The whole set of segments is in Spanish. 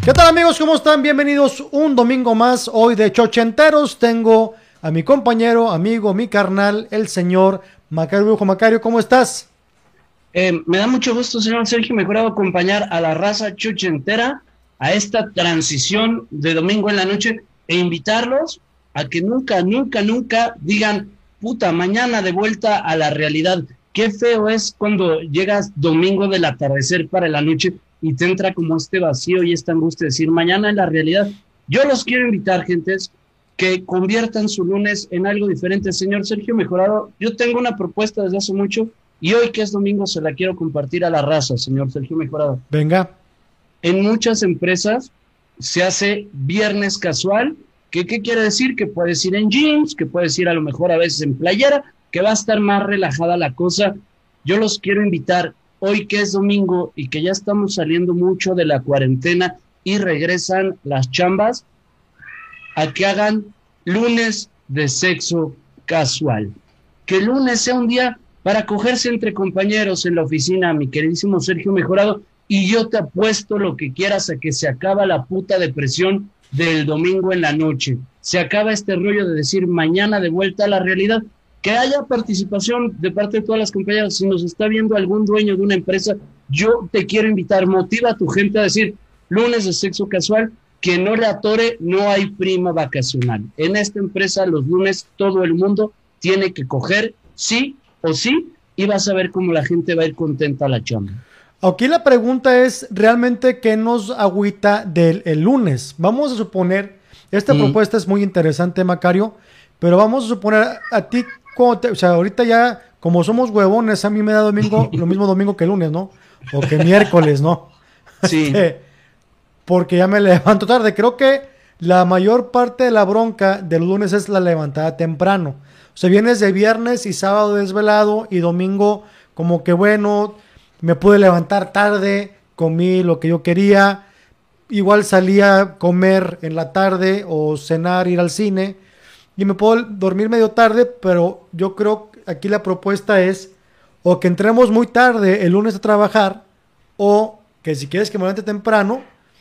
¿Qué tal, amigos? ¿Cómo están? Bienvenidos un domingo más. Hoy de Chochenteros tengo a mi compañero, amigo, mi carnal, el señor Macario Brujo. Macario, ¿cómo estás? Me da mucho gusto, señor Sergio Mejorado, acompañar a la raza chuchentera a esta transición de domingo en la noche e invitarlos a que nunca, nunca, nunca digan, puta, mañana de vuelta a la realidad. Qué feo es cuando llegas domingo del atardecer para la noche y te entra como este vacío y esta angustia de decir, mañana en la realidad. Yo los quiero invitar, gentes, que conviertan su lunes en algo diferente. Señor Sergio Mejorado, yo tengo una propuesta desde hace mucho y hoy que es domingo se la quiero compartir a la raza, señor Sergio Mejorado. Venga. En muchas empresas se hace viernes casual, que ¿qué quiere decir? Que puedes ir en jeans, que puedes ir a lo mejor a veces en playera, que va a estar más relajada la cosa. Yo los quiero invitar hoy que es domingo y que ya estamos saliendo mucho de la cuarentena y regresan las chambas, a que hagan lunes de sexo casual. Que el lunes sea un día para cogerse entre compañeros en la oficina, mi queridísimo Sergio Mejorado, y yo te apuesto lo que quieras a que se acaba la puta depresión del domingo en la noche. Se acaba este rollo de decir mañana de vuelta a la realidad. Que haya participación de parte de todas las compañeras. Si nos está viendo algún dueño de una empresa, yo te quiero invitar, motiva a tu gente a decir lunes de sexo casual, que no le atore, no hay prima vacacional. En esta empresa los lunes todo el mundo tiene que coger sí o sí, y vas a ver cómo la gente va a ir contenta a la chamba. Aquí la pregunta es realmente qué nos agüita del el lunes. Vamos a suponer, esta propuesta es muy interesante, Macario, pero vamos a suponer a ti, o sea, ahorita ya, como somos huevones, a mí me da domingo, lo mismo domingo que lunes, ¿no? O que miércoles, ¿no? Sí. Porque ya me levanto tarde. Creo que la mayor parte de la bronca del lunes es la levantada temprano. O sea, vienes de viernes y sábado desvelado y domingo como que bueno, me pude levantar tarde, comí lo que yo quería, igual salía a comer en la tarde o cenar, ir al cine y me puedo dormir medio tarde, pero yo creo que aquí la propuesta es o que entremos muy tarde el lunes a trabajar o que si quieres que me levante temprano,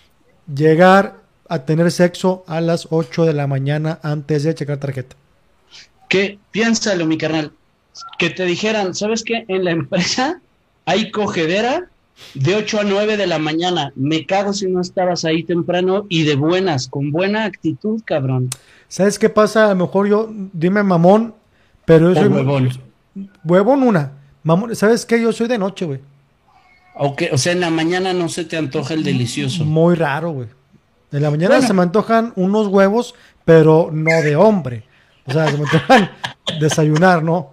llegar a tener sexo a las 8 de la mañana antes de checar tarjeta. Que piénsalo, mi carnal, que te dijeran, ¿sabes qué? En la empresa hay cogedera de 8 a 9 de la mañana. Me cago si no estabas ahí temprano y de buenas, con buena actitud, cabrón. ¿Sabes qué pasa? A lo mejor yo, dime mamón, pero yo O soy huevón. huevón una. Mamón, ¿sabes qué? Yo soy de noche, güey. O sea, en la mañana no se te antoja el delicioso. Muy raro, güey. En la mañana se Bueno, me antojan unos huevos, pero no de hombre. O sea, se me antojan desayunar, ¿no?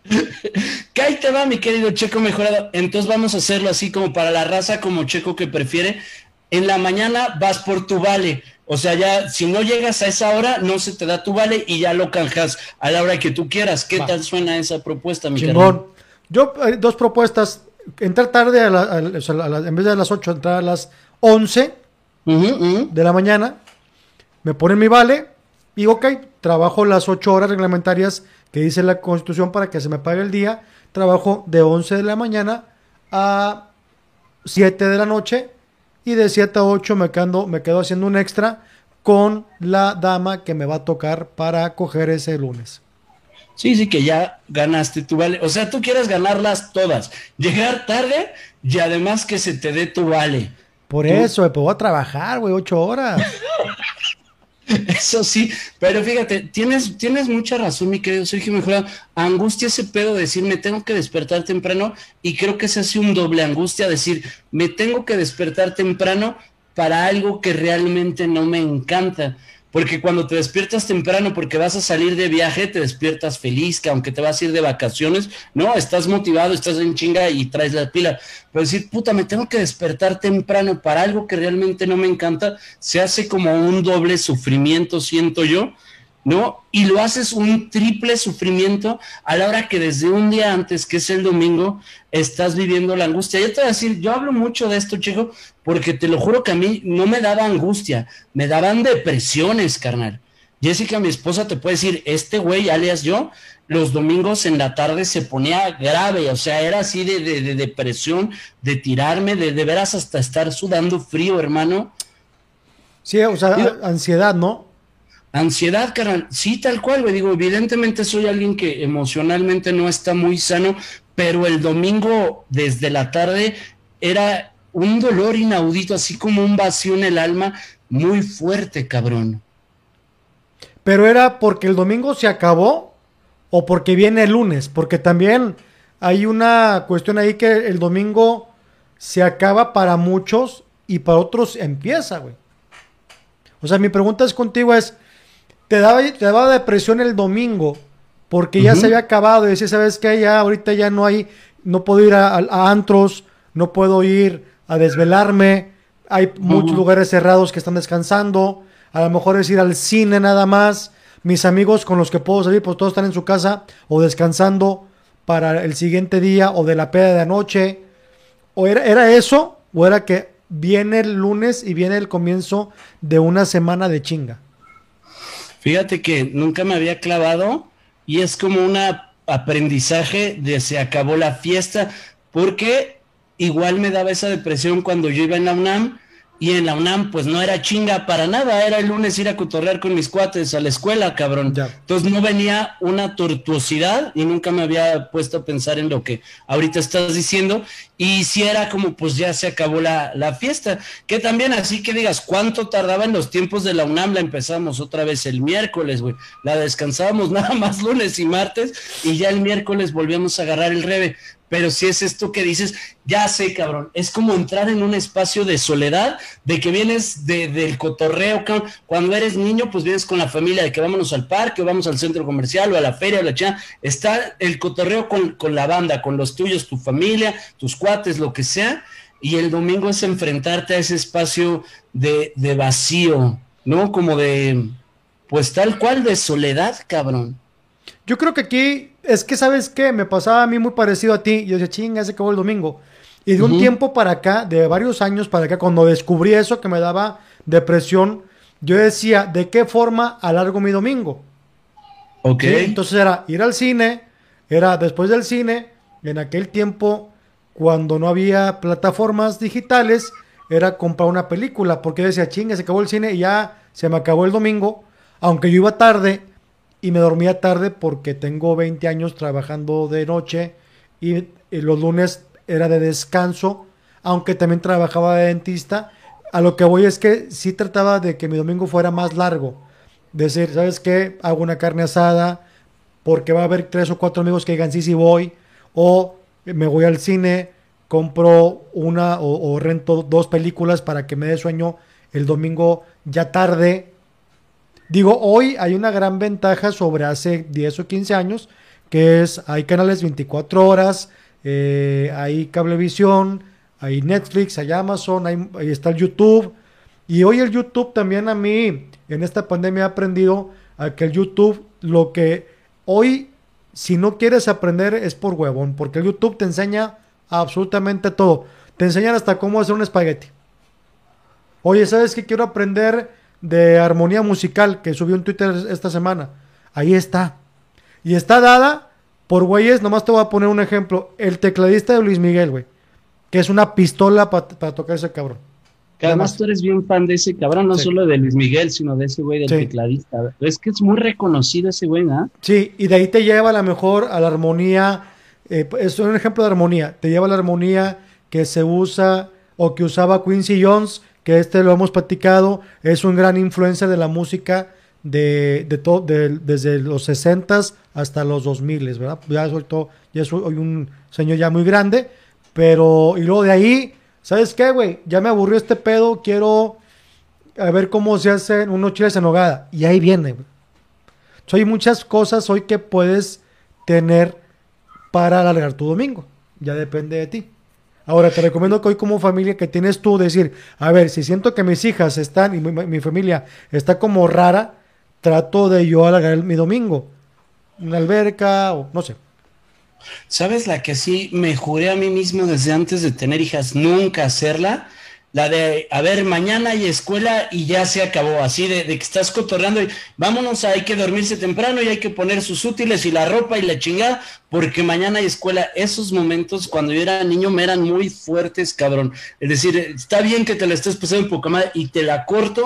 que ahí te va, mi querido Checo Mejorado. Entonces vamos a hacerlo así como para la raza, como Checo que prefiere. En la mañana vas por tu vale. O sea, ya si no llegas a esa hora, no se te da tu vale y ya lo canjas a la hora que tú quieras. ¿Qué Va. tal suena esa propuesta, mi carnal? Chingón. Yo, dos propuestas. Entrar tarde, o sea, en vez de a las 8, entrar a las 11 de la mañana. Me ponen mi vale y ok, trabajo las 8 horas reglamentarias que dice la Constitución para que se me pague el día. Trabajo de 11 de la mañana a 7 de la noche y de 7 a 8 me quedo haciendo un extra con la dama que me va a tocar para coger ese lunes. Sí, sí, que ya ganaste tu vale. O sea, tú quieres ganarlas todas. Llegar tarde y además que se te dé tu vale. Por Tú, eso, pues voy a trabajar, güey, 8 horas. eso sí, pero fíjate, tienes mucha razón, mi querido Sergio Mejorado. Angustia ese pedo de decir, me tengo que despertar temprano, y creo que se hace un doble angustia decir, me tengo que despertar temprano para algo que realmente no me encanta. Porque cuando te despiertas temprano porque vas a salir de viaje, te despiertas feliz, que aunque te vas a ir de vacaciones, no, estás motivado, estás en chinga y traes la pila. Pero decir, puta, me tengo que despertar temprano para algo que realmente no me encanta, se hace como un doble sufrimiento, siento yo, ¿no? Y lo haces un triple sufrimiento a la hora que desde un día antes, que es el domingo, estás viviendo la angustia. Yo te voy a decir, yo hablo mucho de esto, chico, porque te lo juro que a mí no me daba angustia, me daban depresiones, carnal. Jessica, mi esposa, te puede decir, este güey, alias yo, los domingos en la tarde se ponía grave, o sea, era así de depresión, de tirarme, de veras hasta estar sudando frío, hermano. Sí, o sea, Digo, ansiedad, ¿no? ansiedad, carnal, sí, tal cual, güey, digo, evidentemente soy alguien que emocionalmente no está muy sano, pero el domingo desde la tarde era un dolor inaudito, así como un vacío en el alma muy fuerte, cabrón. Pero era porque el domingo se acabó o porque viene el lunes, porque también hay una cuestión ahí que el domingo se acaba para muchos y para otros empieza, güey. O sea, mi pregunta es contigo es, ¿te daba depresión el domingo porque ya se Ujú, había acabado y decías, ¿sabes qué? Ya ahorita ya no hay, no puedo ir a antros, no puedo ir a desvelarme, hay muchos ujú. lugares cerrados que están descansando, a lo mejor es ir al cine nada más, mis amigos con los que puedo salir, pues todos están en su casa o descansando para el siguiente día o de la peda de anoche, o era eso, o era que viene el lunes y viene el comienzo de una semana de chinga. Fíjate que nunca me había clavado y es como un aprendizaje de se acabó la fiesta, porque igual me daba esa depresión cuando yo iba en la UNAM y en la UNAM pues no era chinga para nada, era el lunes ir a cotorrear con mis cuates a la escuela, cabrón. Ya. Entonces no venía una tortuosidad y nunca me había puesto a pensar en lo que ahorita estás diciendo y si era como pues ya se acabó la fiesta, que también así que digas, ¿cuánto tardaba en los tiempos de la UNAM? La empezamos otra vez el miércoles, güey. La descansábamos nada más lunes y martes y ya el miércoles volvíamos a agarrar el reve. Pero si es esto que dices, ya sé, cabrón, es como entrar en un espacio de soledad, de que vienes del cotorreo, cabrón. Cuando eres niño, pues vienes con la familia, de que vámonos al parque, o vamos al centro comercial, o a la feria, o la chingada. Está el cotorreo con la banda, con los tuyos, tu familia, tus cuates, lo que sea, y el domingo es enfrentarte a ese espacio de vacío, ¿no? Como de, pues tal cual, de soledad, cabrón. Yo creo que aquí es que, ¿sabes qué? Me pasaba a mí muy parecido a ti. Y yo decía, chinga, se acabó el domingo. Y de un Ujú. tiempo para acá, de varios años para acá, cuando descubrí eso que me daba depresión, yo decía, ¿de qué forma alargo mi domingo? Ok. ¿Sí? Entonces era ir al cine, era después del cine, en aquel tiempo, cuando no había plataformas digitales, era comprar una película, porque yo decía, chinga, se acabó el cine y ya se me acabó el domingo, aunque yo iba tarde y me dormía tarde porque tengo 20 años trabajando de noche y los lunes era de descanso, aunque también trabajaba de dentista. A lo que voy es que sí trataba de que mi domingo fuera más largo. Decir, ¿sabes qué? Hago una carne asada porque va a haber tres o cuatro amigos que digan sí, sí voy. O me voy al cine, compro una o rento dos películas para que me dé sueño el domingo ya tarde. Digo, hoy hay una gran ventaja sobre hace 10 o 15 años, que es, hay canales 24 horas, hay cablevisión, hay Netflix, hay Amazon, ahí está el YouTube. Y hoy el YouTube también a mí, en esta pandemia he aprendido a que el YouTube, lo que hoy, si no quieres aprender, es por huevón, porque el YouTube te enseña absolutamente todo. Te enseñan hasta cómo hacer un espagueti. Oye, ¿sabes qué? Quiero aprender de armonía musical que subió en Twitter esta semana. Ahí está. Y está dada por güeyes, nomás te voy a poner un ejemplo. El tecladista de Luis Miguel, güey. Que es una pistola para tocar ese cabrón. Que Nada además más. tú eres bien fan de ese cabrón, no Sí, solo de Luis Miguel, sino de ese güey del sí, tecladista. Es que es muy reconocido ese güey, ¿no? sí. Y de ahí te lleva a la mejor a la armonía. Es un ejemplo de armonía. Te lleva a la armonía que se usa o que usaba Quincy Jones, que este lo hemos platicado. Es un gran influencer de la música desde los 60 hasta los 2000, ¿verdad? Ya soy hoy un señor ya muy grande, pero y luego de ahí, ¿sabes qué, güey? Ya me aburrió este pedo, quiero a ver cómo se hacen unos chiles en nogada. Y ahí viene, güey. So, hay muchas cosas hoy que puedes tener para alargar tu domingo. Ya depende de ti. Ahora, te recomiendo que hoy como familia que tienes tú, decir, a ver, si siento que mis hijas están y mi familia está como rara, trato de yo alargar mi domingo. Una alberca o no sé. ¿Sabes la que sí me juré a mí mismo desde antes de tener hijas nunca hacerla? La de, a ver, mañana hay escuela y ya se acabó, así de que estás cotorreando y vámonos, hay que dormirse temprano y hay que poner sus útiles y la ropa y la chingada, porque mañana hay escuela. Esos momentos cuando yo era niño me eran muy fuertes, cabrón. Es decir, está bien que te la estés pasando un poco más y te la corto,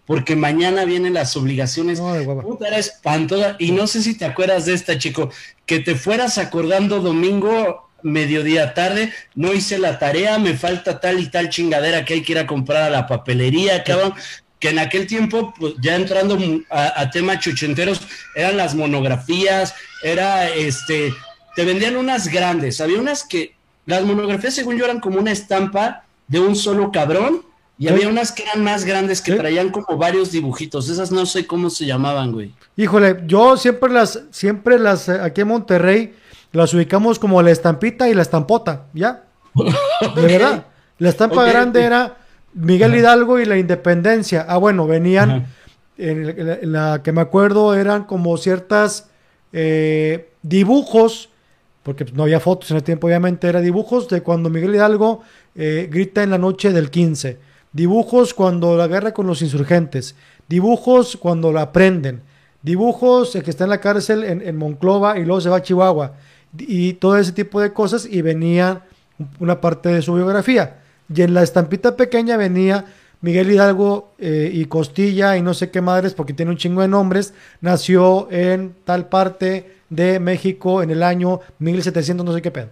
porque mañana vienen las obligaciones. No, de hueva. Puta, era espantosa. Y no sé si te acuerdas de esta, chico, que te fueras acordando domingo, mediodía, tarde, no hice la tarea, me falta tal y tal chingadera que hay que ir a comprar a la papelería, cabrón. Que en aquel tiempo, pues, ya entrando a temas chuchenteros, eran las monografías, era te vendían unas grandes, había unas que, las monografías según yo eran como una estampa de un solo cabrón, y ¿Sí? había unas que eran más grandes que ¿Sí? traían como varios dibujitos, esas no sé cómo se llamaban, güey. Híjole, yo siempre las, aquí en Monterrey, las ubicamos como la estampita y la estampota, ¿ya? De Ok, verdad. La estampa ok, grande ok. era Miguel Ajá, Hidalgo y la Independencia. Ah, bueno, venían, ajá. en la que me acuerdo eran como ciertas dibujos, porque pues, no había fotos en el tiempo, obviamente, era dibujos de cuando Miguel Hidalgo grita en la noche del 15, dibujos cuando la guerra con los insurgentes, dibujos cuando la prenden, dibujos que está en la cárcel en Monclova y luego se va a Chihuahua, y todo ese tipo de cosas, y venía una parte de su biografía. Y en la estampita pequeña venía Miguel Hidalgo y Costilla y no sé qué madres, porque tiene un chingo de nombres. Nació en tal parte de México en el año 1700, no sé qué pedo.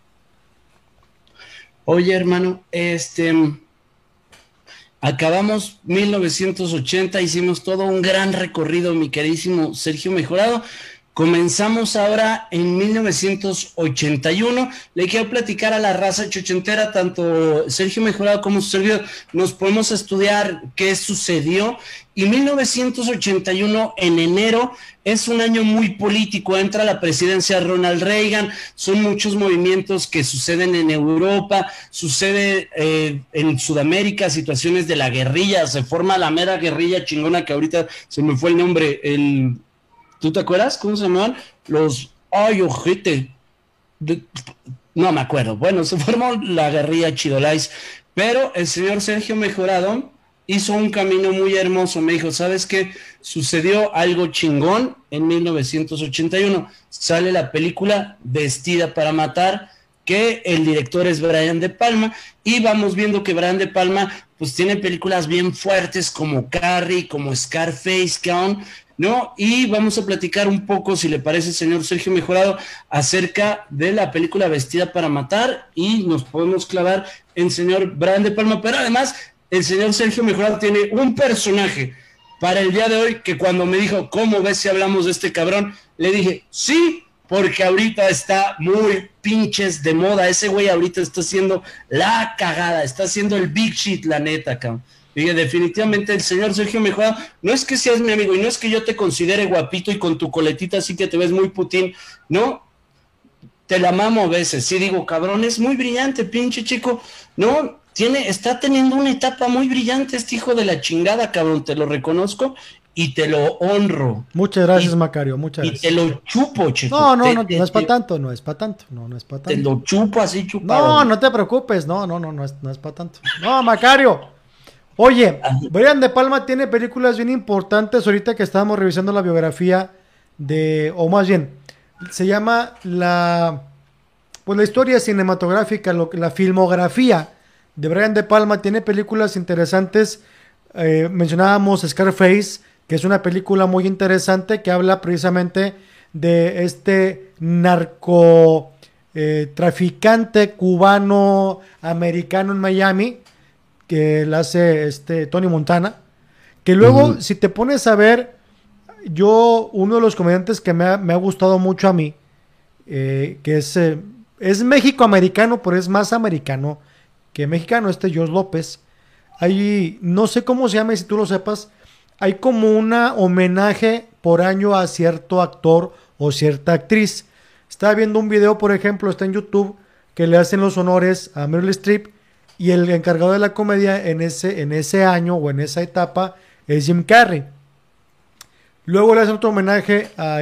Oye, hermano, acabamos 1980, hicimos todo un gran recorrido, mi queridísimo Sergio Mejorado. Comenzamos ahora en 1981. Le quiero platicar a la raza chuchentera, tanto Sergio Mejorado como su servidor, nos podemos estudiar qué sucedió. Y 1981, en enero, es un año muy político. Entra la presidencia de Ronald Reagan, son muchos movimientos que suceden en Europa, sucede en Sudamérica, situaciones de la guerrilla, se forma la mera guerrilla chingona que ahorita se me fue el nombre, ¿tú te acuerdas cómo se llamaban? Ay, ojete. De- no me acuerdo. Bueno, se formó la guerrilla Chidolais, pero el señor Sergio Mejorado hizo un camino muy hermoso. Me dijo, ¿sabes qué? Sucedió algo chingón en 1981. Sale la película Vestida para Matar, que el director es Brian De Palma, y vamos viendo que Brian De Palma pues tiene películas bien fuertes como Carrie, como Scarface, ¿no? Y vamos a platicar un poco, si le parece, señor Sergio Mejorado, acerca de la película Vestida para Matar, y nos podemos clavar en señor Brian De Palma, pero además el señor Sergio Mejorado tiene un personaje para el día de hoy que cuando me dijo, ¿cómo ves si hablamos de este cabrón? Le dije, sí, porque ahorita está muy pinches de moda. Ese güey ahorita está haciendo la cagada, está haciendo el big shit, la neta, cabrón. Dije, definitivamente el señor Sergio Mejorado, no es que seas mi amigo y no es que yo te considere guapito y con tu coletita así que te ves muy putín, no, te la mamo a veces, sí digo, cabrón, es muy brillante, pinche chico, no, está teniendo una etapa muy brillante este hijo de la chingada, cabrón, te lo reconozco y te lo honro, Muchas gracias, y, Macario, muchas y te gracias. lo chupo, chico, No, no, no, no es para tanto, no es para tanto, no, no es para te tanto. lo chupo así No, chupado. no te preocupes, no, no, no, no es para tanto. No, Macario. Oye, Ah, Brian De Palma tiene películas bien importantes ahorita que estábamos revisando la biografía o más bien, se llama pues la historia cinematográfica, la filmografía de Brian De Palma tiene películas interesantes. Mencionábamos Scarface, que es una película muy interesante que habla precisamente de este narco traficante cubano americano en Miami que la hace Tony Montana, que luego ujú. si te pones a ver, uno de los comediantes que me ha gustado mucho a mí, que es México-americano, pero es más americano que mexicano, George López. Hay, no sé cómo se llama, y si tú lo sepas, hay como una homenaje por año a cierto actor o cierta actriz. Estaba viendo un video, por ejemplo, está en YouTube, que le hacen los honores a Meryl Streep y el encargado de la comedia en ese año o en esa etapa es Jim Carrey. Luego le hacen otro homenaje a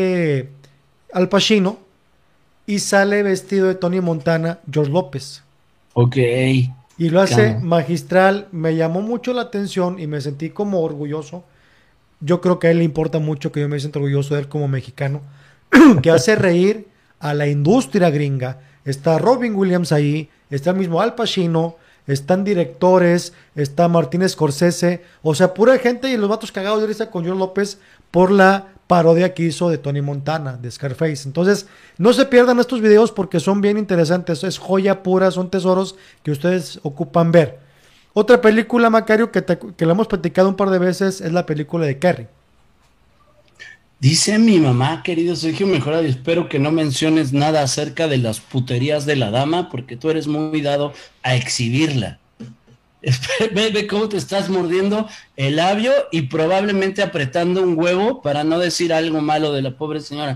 Al Pacino y sale vestido de Tony Montana George López. Ok, Y lo hace cama. magistral. Me llamó mucho la atención y me sentí como orgulloso. Yo creo que a él le importa mucho que yo me sienta orgulloso de él como mexicano. Que hace reír a la industria gringa. Está Robin Williams ahí. Está el mismo Al Pacino. están directores, está Martín Scorsese, o sea, pura gente y los vatos cagados de risa con George López por la parodia que hizo de Tony Montana, de Scarface. Entonces, no se pierdan estos videos porque son bien interesantes, es joya pura, son tesoros que ustedes ocupan ver. Otra película, Macario, que la hemos platicado un par de veces, es la película de Carrie. Dice mi mamá, querido Sergio Mejorado, y espero que no menciones nada acerca de las puterías de la dama, porque tú eres muy dado a exhibirla. Ve cómo te estás mordiendo el labio y probablemente apretando un huevo para no decir algo malo de la pobre señora.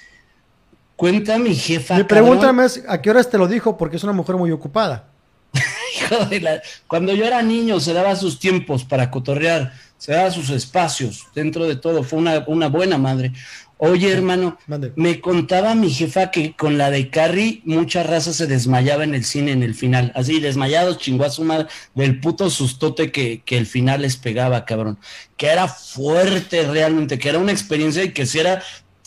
Cuenta mi jefa. Mi pregunta es, ¿a qué horas te lo dijo? Porque es una mujer muy ocupada. Hijo de la... Cuando yo era niño se daba sus tiempos para cotorrear, se daba sus espacios, dentro de todo, fue una buena madre. Oye, hermano, me contaba mi jefa que con la de Carrie mucha raza se desmayaba en el cine en el final, así desmayados, chingó a su madre del puto sustote que el final les pegaba, cabrón, que era fuerte realmente, que era una experiencia y que si era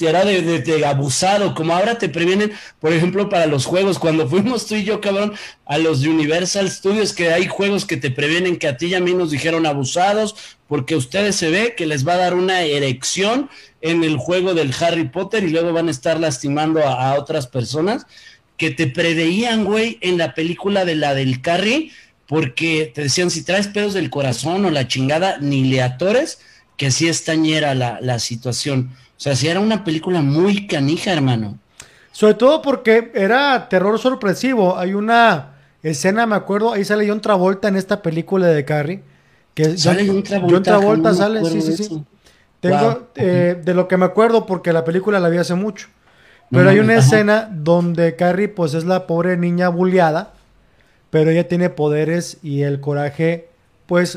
de abusado, como ahora te previenen, por ejemplo, para los juegos, cuando fuimos tú y yo, cabrón, a los Universal Studios, que hay juegos que te previenen, que a ti y a mí nos dijeron abusados, porque ustedes se ve que les va a dar una erección en el juego del Harry Potter y luego van a estar lastimando a otras personas, que te preveían, güey, en la película de la del Carrie, porque te decían, si traes pedos del corazón o la chingada, ni le atores, que sí estañera la situación. O sea, sí era una película muy canija, hermano. Sobre todo porque era terror sorpresivo. Hay una escena, me acuerdo, ahí sale John Travolta en esta película de Carrie. Que sale John Travolta sale, sí. Tengo, de lo que me acuerdo, porque la película la vi hace mucho. Pero hay una escena donde Carrie, pues, es la pobre niña bulleada, pero ella tiene poderes y el coraje, pues,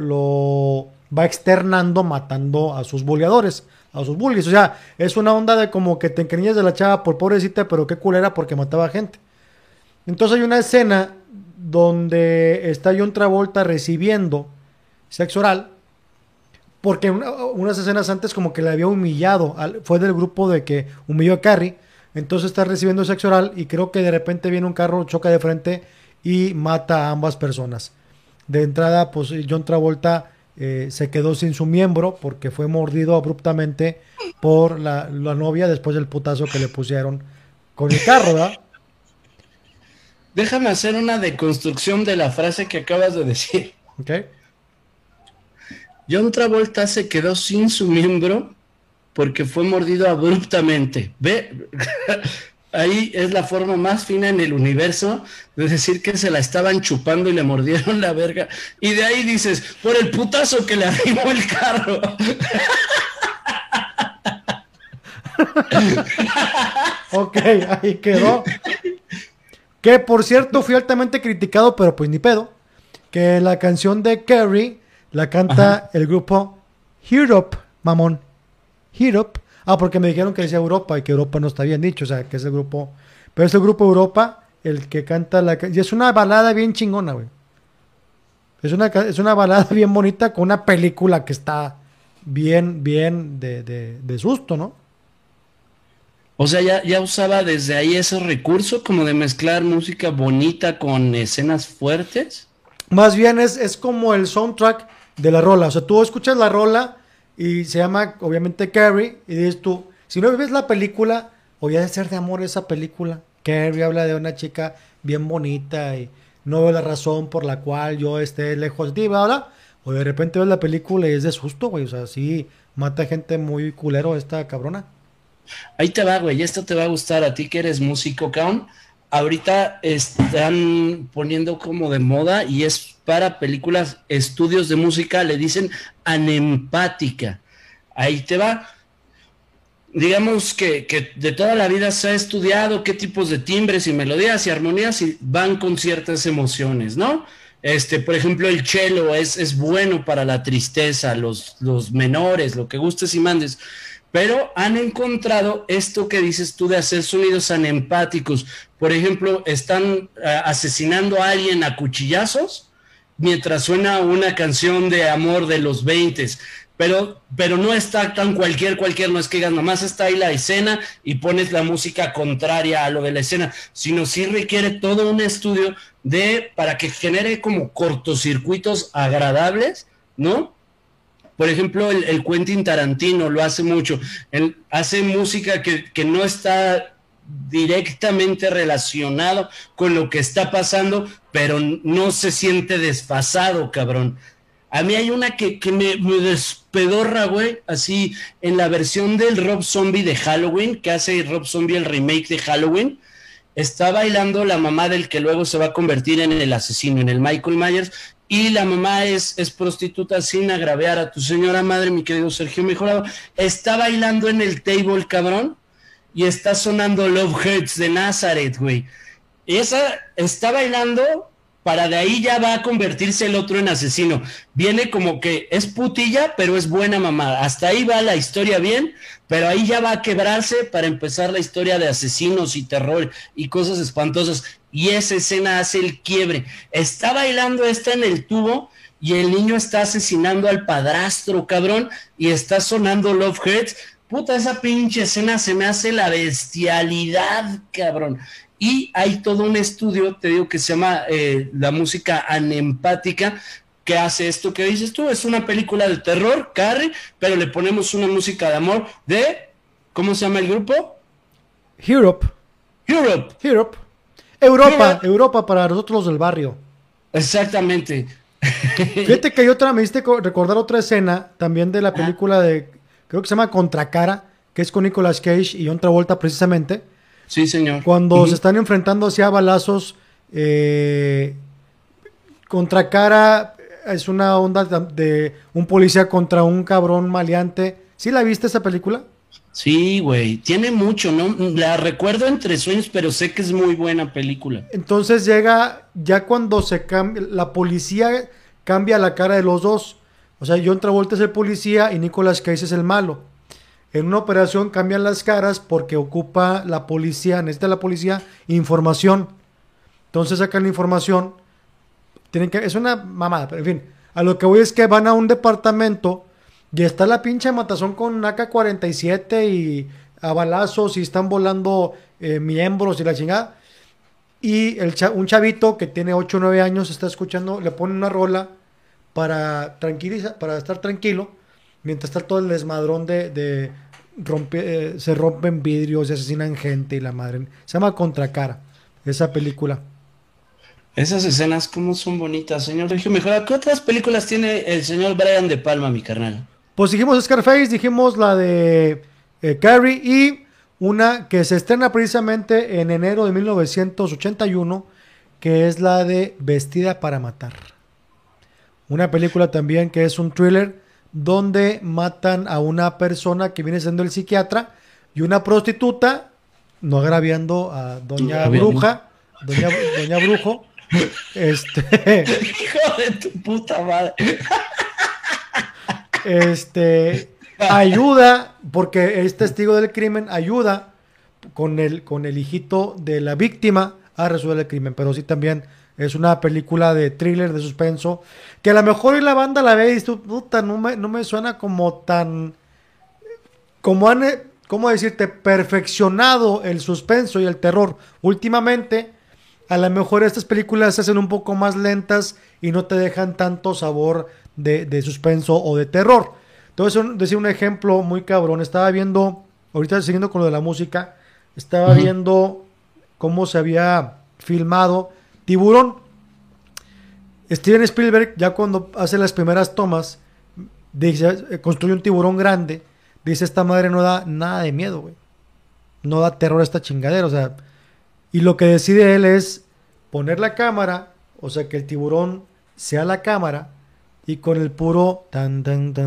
lo va externando matando a sus bulleadores, a sus bullies. O sea, es una onda de como que te encariñas de la chava por pobrecita, pero qué culera porque mataba gente. Entonces hay una escena donde está John Travolta recibiendo sexo oral, porque unas escenas antes como que le había humillado, fue del grupo de que humilló a Carrie, entonces está recibiendo sexo oral y creo que de repente viene un carro, choca de frente y mata a ambas personas. De entrada, pues John Travolta se quedó sin su miembro porque fue mordido abruptamente por la novia después del putazo que le pusieron con el carro, ¿verdad? Déjame hacer una deconstrucción de la frase que acabas de decir. Ok. John Travolta se quedó sin su miembro porque fue mordido abruptamente. Ve, ahí es la forma más fina en el universo de decir que se la estaban chupando y le mordieron la verga. Y de ahí dices, por el putazo que le arrimó el carro. Ok, ahí quedó. Que por cierto fui altamente criticado, pero pues ni pedo. Que la canción de Carrie la canta el grupo Europe, mamón. Europe. Ah, porque me dijeron que decía Europa y que Europa no está bien dicho, o sea, que es el grupo. Pero es el grupo Europa el que canta la canción. Y es una balada bien chingona, güey. Es una balada bien bonita con una película que está bien de susto, ¿no? O sea, ya usaba desde ahí ese recurso como de mezclar música bonita con escenas fuertes. Más bien es como el soundtrack de la rola. O sea, tú escuchas la rola y se llama, obviamente, Carrie. Y dices tú, si no ves la película, o ya de ser de amor esa película. Carrie habla de una chica bien bonita y no veo la razón por la cual yo esté lejos de ti, bla, bla. O de repente ves la película y es de susto, güey. O sea, sí, mata gente muy culero esta cabrona. Ahí te va, güey, esto te va a gustar a ti que eres músico, cabrón. Ahorita están poniendo como de moda y es para películas, estudios de música, le dicen anempática. Ahí te va. Digamos que de toda la vida se ha estudiado qué tipos de timbres y melodías y armonías y van con ciertas emociones, ¿no? Por ejemplo, el cello es bueno para la tristeza, los menores, lo que gustes y mandes. Pero han encontrado esto que dices tú de hacer sonidos anempáticos. Por ejemplo, están asesinando a alguien a cuchillazos mientras suena una canción de amor de los 20, pero no está tan cualquier, no es que digas, nomás está ahí la escena y pones la música contraria a lo de la escena, sino sí requiere todo un estudio para que genere como cortocircuitos agradables, ¿no? Por ejemplo, el Quentin Tarantino lo hace mucho. Él hace música que no está directamente relacionado con lo que está pasando, pero no se siente desfasado, cabrón. A mí hay una que me despedorra, güey, así, en la versión del Rob Zombie de Halloween, que hace Rob Zombie el remake de Halloween, está bailando la mamá del que luego se va a convertir en el asesino, en el Michael Myers, y la mamá es prostituta sin agraviar a tu señora madre, mi querido Sergio Mejorado. Está bailando en el table, cabrón, y está sonando Love Hurts de Nazareth, güey. Esa está bailando, para de ahí ya va a convertirse el otro en asesino. Viene como que es putilla, pero es buena mamá. Hasta ahí va la historia bien, pero ahí ya va a quebrarse para empezar la historia de asesinos y terror y cosas espantosas. Y esa escena hace el quiebre. Está bailando esta en el tubo y el niño está asesinando al padrastro, cabrón, y está sonando Love Hurts. Puta, esa pinche escena se me hace la bestialidad, cabrón. Y hay todo un estudio, te digo, que se llama la música anempática, que hace esto que dices tú. Es una película de terror, Carrie, pero le ponemos una música de amor de... ¿Cómo se llama el grupo? Europe. Europa para nosotros del barrio. Exactamente. Fíjate que hay otra, me hiciste recordar otra escena también de la película de, creo que se llama Contracara, que es con Nicolas Cage y John Travolta precisamente. Sí, señor. Cuando se están enfrentando hacia balazos, Contracara es una onda de un policía contra un cabrón maleante. ¿Sí la viste esa película? Sí, güey. Tiene mucho, ¿no? La recuerdo entre sueños, pero sé que es muy buena película. Entonces llega, ya cuando se cambia, la policía cambia la cara de los dos. O sea, John Travolta es el policía y Nicolas Cage es el malo. En una operación cambian las caras porque ocupa la policía, necesita la policía información. Entonces sacan la información. Es una mamada, pero en fin. A lo que voy es que van a un departamento y está la pinche matazón con AK-47 y a balazos y están volando miembros y la chingada. Y un chavito que tiene 8 o 9 años está escuchando, le pone una rola para estar tranquilo. Mientras está todo el desmadrón se rompen vidrios, se asesinan gente y la madre. Se llama Contracara, esa película. Esas escenas, ¿cómo son bonitas, señor Sergio Mejorado? ¿Qué otras películas tiene el señor Brian De Palma, mi carnal? Pues dijimos Scarface, dijimos la de Carrie y una que se estrena precisamente en enero de 1981, que es la de Vestida para Matar. Una película también que es un thriller donde matan a una persona que viene siendo el psiquiatra y una prostituta, no agraviando a Doña Bruja, Doña Brujo, Hijo de tu puta madre. Ayuda, porque es testigo del crimen, ayuda con el hijito de la víctima a resolver el crimen, pero sí también es una película de thriller, de suspenso, que a lo mejor hoy la banda la ve y dice, puta, no me suena como tan... Como han, ¿cómo decirte? Perfeccionado el suspenso y el terror. Últimamente, a lo mejor estas películas se hacen un poco más lentas y no te dejan tanto sabor de suspenso o de terror. Entonces, decir un ejemplo muy cabrón. Estaba viendo, ahorita siguiendo con lo de la música, estaba viendo cómo se había filmado Tiburón. Steven Spielberg, ya cuando hace las primeras tomas, dice, construye un tiburón grande. Dice, esta madre no da nada de miedo, güey. No da terror a esta chingadera, o sea. Y lo que decide él es poner la cámara, o sea, que el tiburón sea la cámara, y con el puro tan,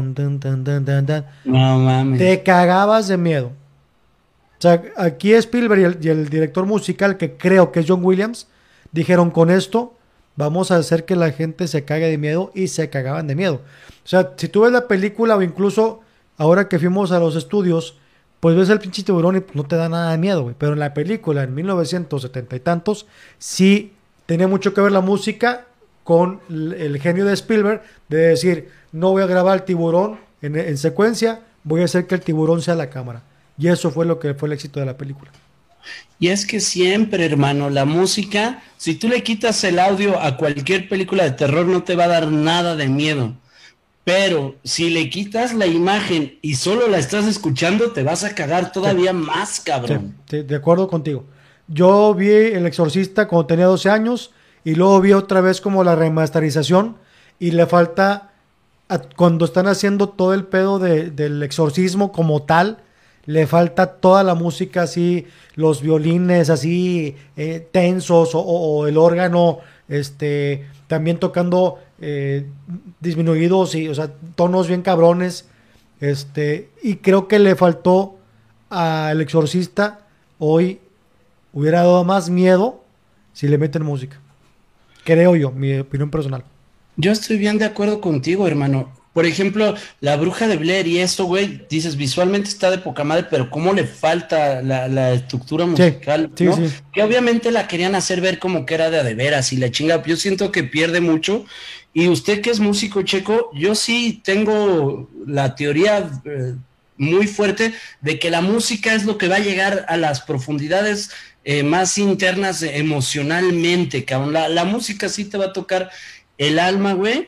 No mames. te cagabas de miedo. O sea, aquí Spielberg y el director musical, que creo que es John Williams, dijeron, con esto vamos a hacer que la gente se cague de miedo, y se cagaban de miedo. O sea, si tú ves la película o incluso ahora que fuimos a los estudios, pues ves el pinche tiburón y no te da nada de miedo, güey. Pero en la película, en 1970 y tantos, sí tenía mucho que ver la música con el genio de Spielberg de decir, no voy a grabar el tiburón en secuencia, voy a hacer que el tiburón sea la cámara. Y eso fue lo que fue el éxito de la película. Y es que siempre, hermano, la música, si tú le quitas el audio a cualquier película de terror, no te va a dar nada de miedo. Pero si le quitas la imagen y solo la estás escuchando, te vas a cagar Sí, todavía más, sí, cabrón. sí, de acuerdo contigo. Yo vi El Exorcista cuando tenía 12 años y luego vi otra vez como la remasterización y le falta, cuando están haciendo todo el pedo del exorcismo como tal, le falta toda la música así, los violines así tensos o el órgano también tocando disminuidos y, o sea, tonos bien cabrones. Y creo que le faltó al Exorcista hoy, hubiera dado más miedo si le meten música. Creo yo, mi opinión personal. Yo estoy bien de acuerdo contigo, hermano. Por ejemplo, La Bruja de Blair y esto, güey, dices, visualmente está de poca madre, pero cómo le falta la estructura Sí, musical, sí, ¿no? sí. Que obviamente la querían hacer ver como que era de a de veras y la chinga. Yo siento que pierde mucho. Y usted que es músico, Checo, yo sí tengo la teoría muy fuerte de que la música es lo que va a llegar a las profundidades más internas emocionalmente, cabrón. La música sí te va a tocar el alma, güey.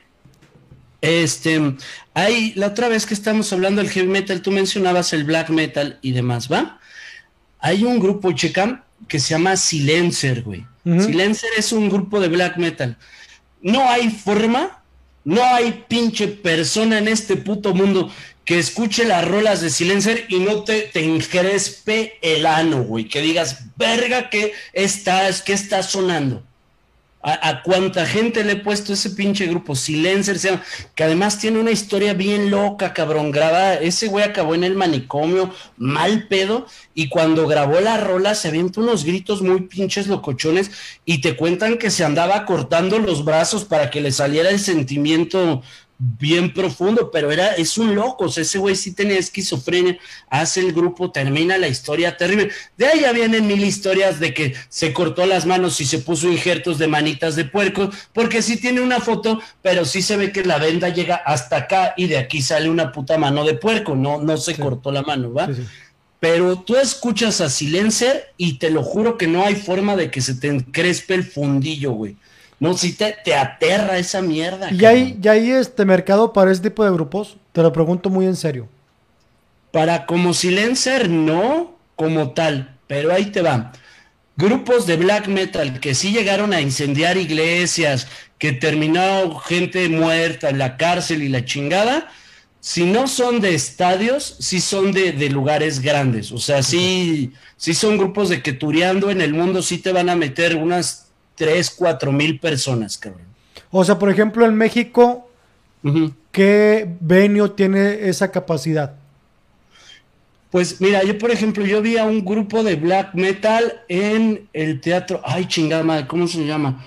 Hay, la otra vez que estamos hablando del heavy metal, tú mencionabas el black metal y demás, ¿va? Hay un grupo, checa, que se llama Silencer, güey. Ujú. Silencer es un grupo de black metal. No hay forma, no hay pinche persona en este puto mundo que escuche las rolas de Silencer y no te encrespe el ano, güey. Que digas, verga, qué está sonando? A cuánta gente le he puesto ese pinche grupo, Silencer, se llama, que además tiene una historia bien loca, cabrón, grabada, ese güey acabó en el manicomio, mal pedo, y cuando grabó la rola se avienta unos gritos muy pinches locochones, y te cuentan que se andaba cortando los brazos para que le saliera el sentimiento bien profundo, pero es un loco, o sea, ese güey sí tenía esquizofrenia, hace el grupo, termina la historia terrible. De ahí ya vienen mil historias de que se cortó las manos y se puso injertos de manitas de puerco, porque sí tiene una foto, pero sí se ve que la venda llega hasta acá y de aquí sale una puta mano de puerco, no se Sí, cortó la mano, ¿va? sí, sí. Pero tú escuchas a Silencer y te lo juro que no hay forma de que se te encrespe el fundillo, güey. No, si te aterra esa mierda, ¿Y cabrón. ya hay mercado para este tipo de grupos? Te lo pregunto muy en serio. Para como Silencer, no como tal, pero ahí te va. Grupos de black metal que sí llegaron a incendiar iglesias, que terminó gente muerta en la cárcel y la chingada, si no son de estadios, sí son de lugares grandes. O sea, Ok. sí son grupos de que tureando en el mundo sí te van a meter unas 3 4 mil personas, cabrón. O sea, por ejemplo, en México, Ujú. ¿qué venue tiene esa capacidad? Pues mira, yo por ejemplo, yo vi a un grupo de black metal en el teatro, ay chingada madre, ¿cómo se llama?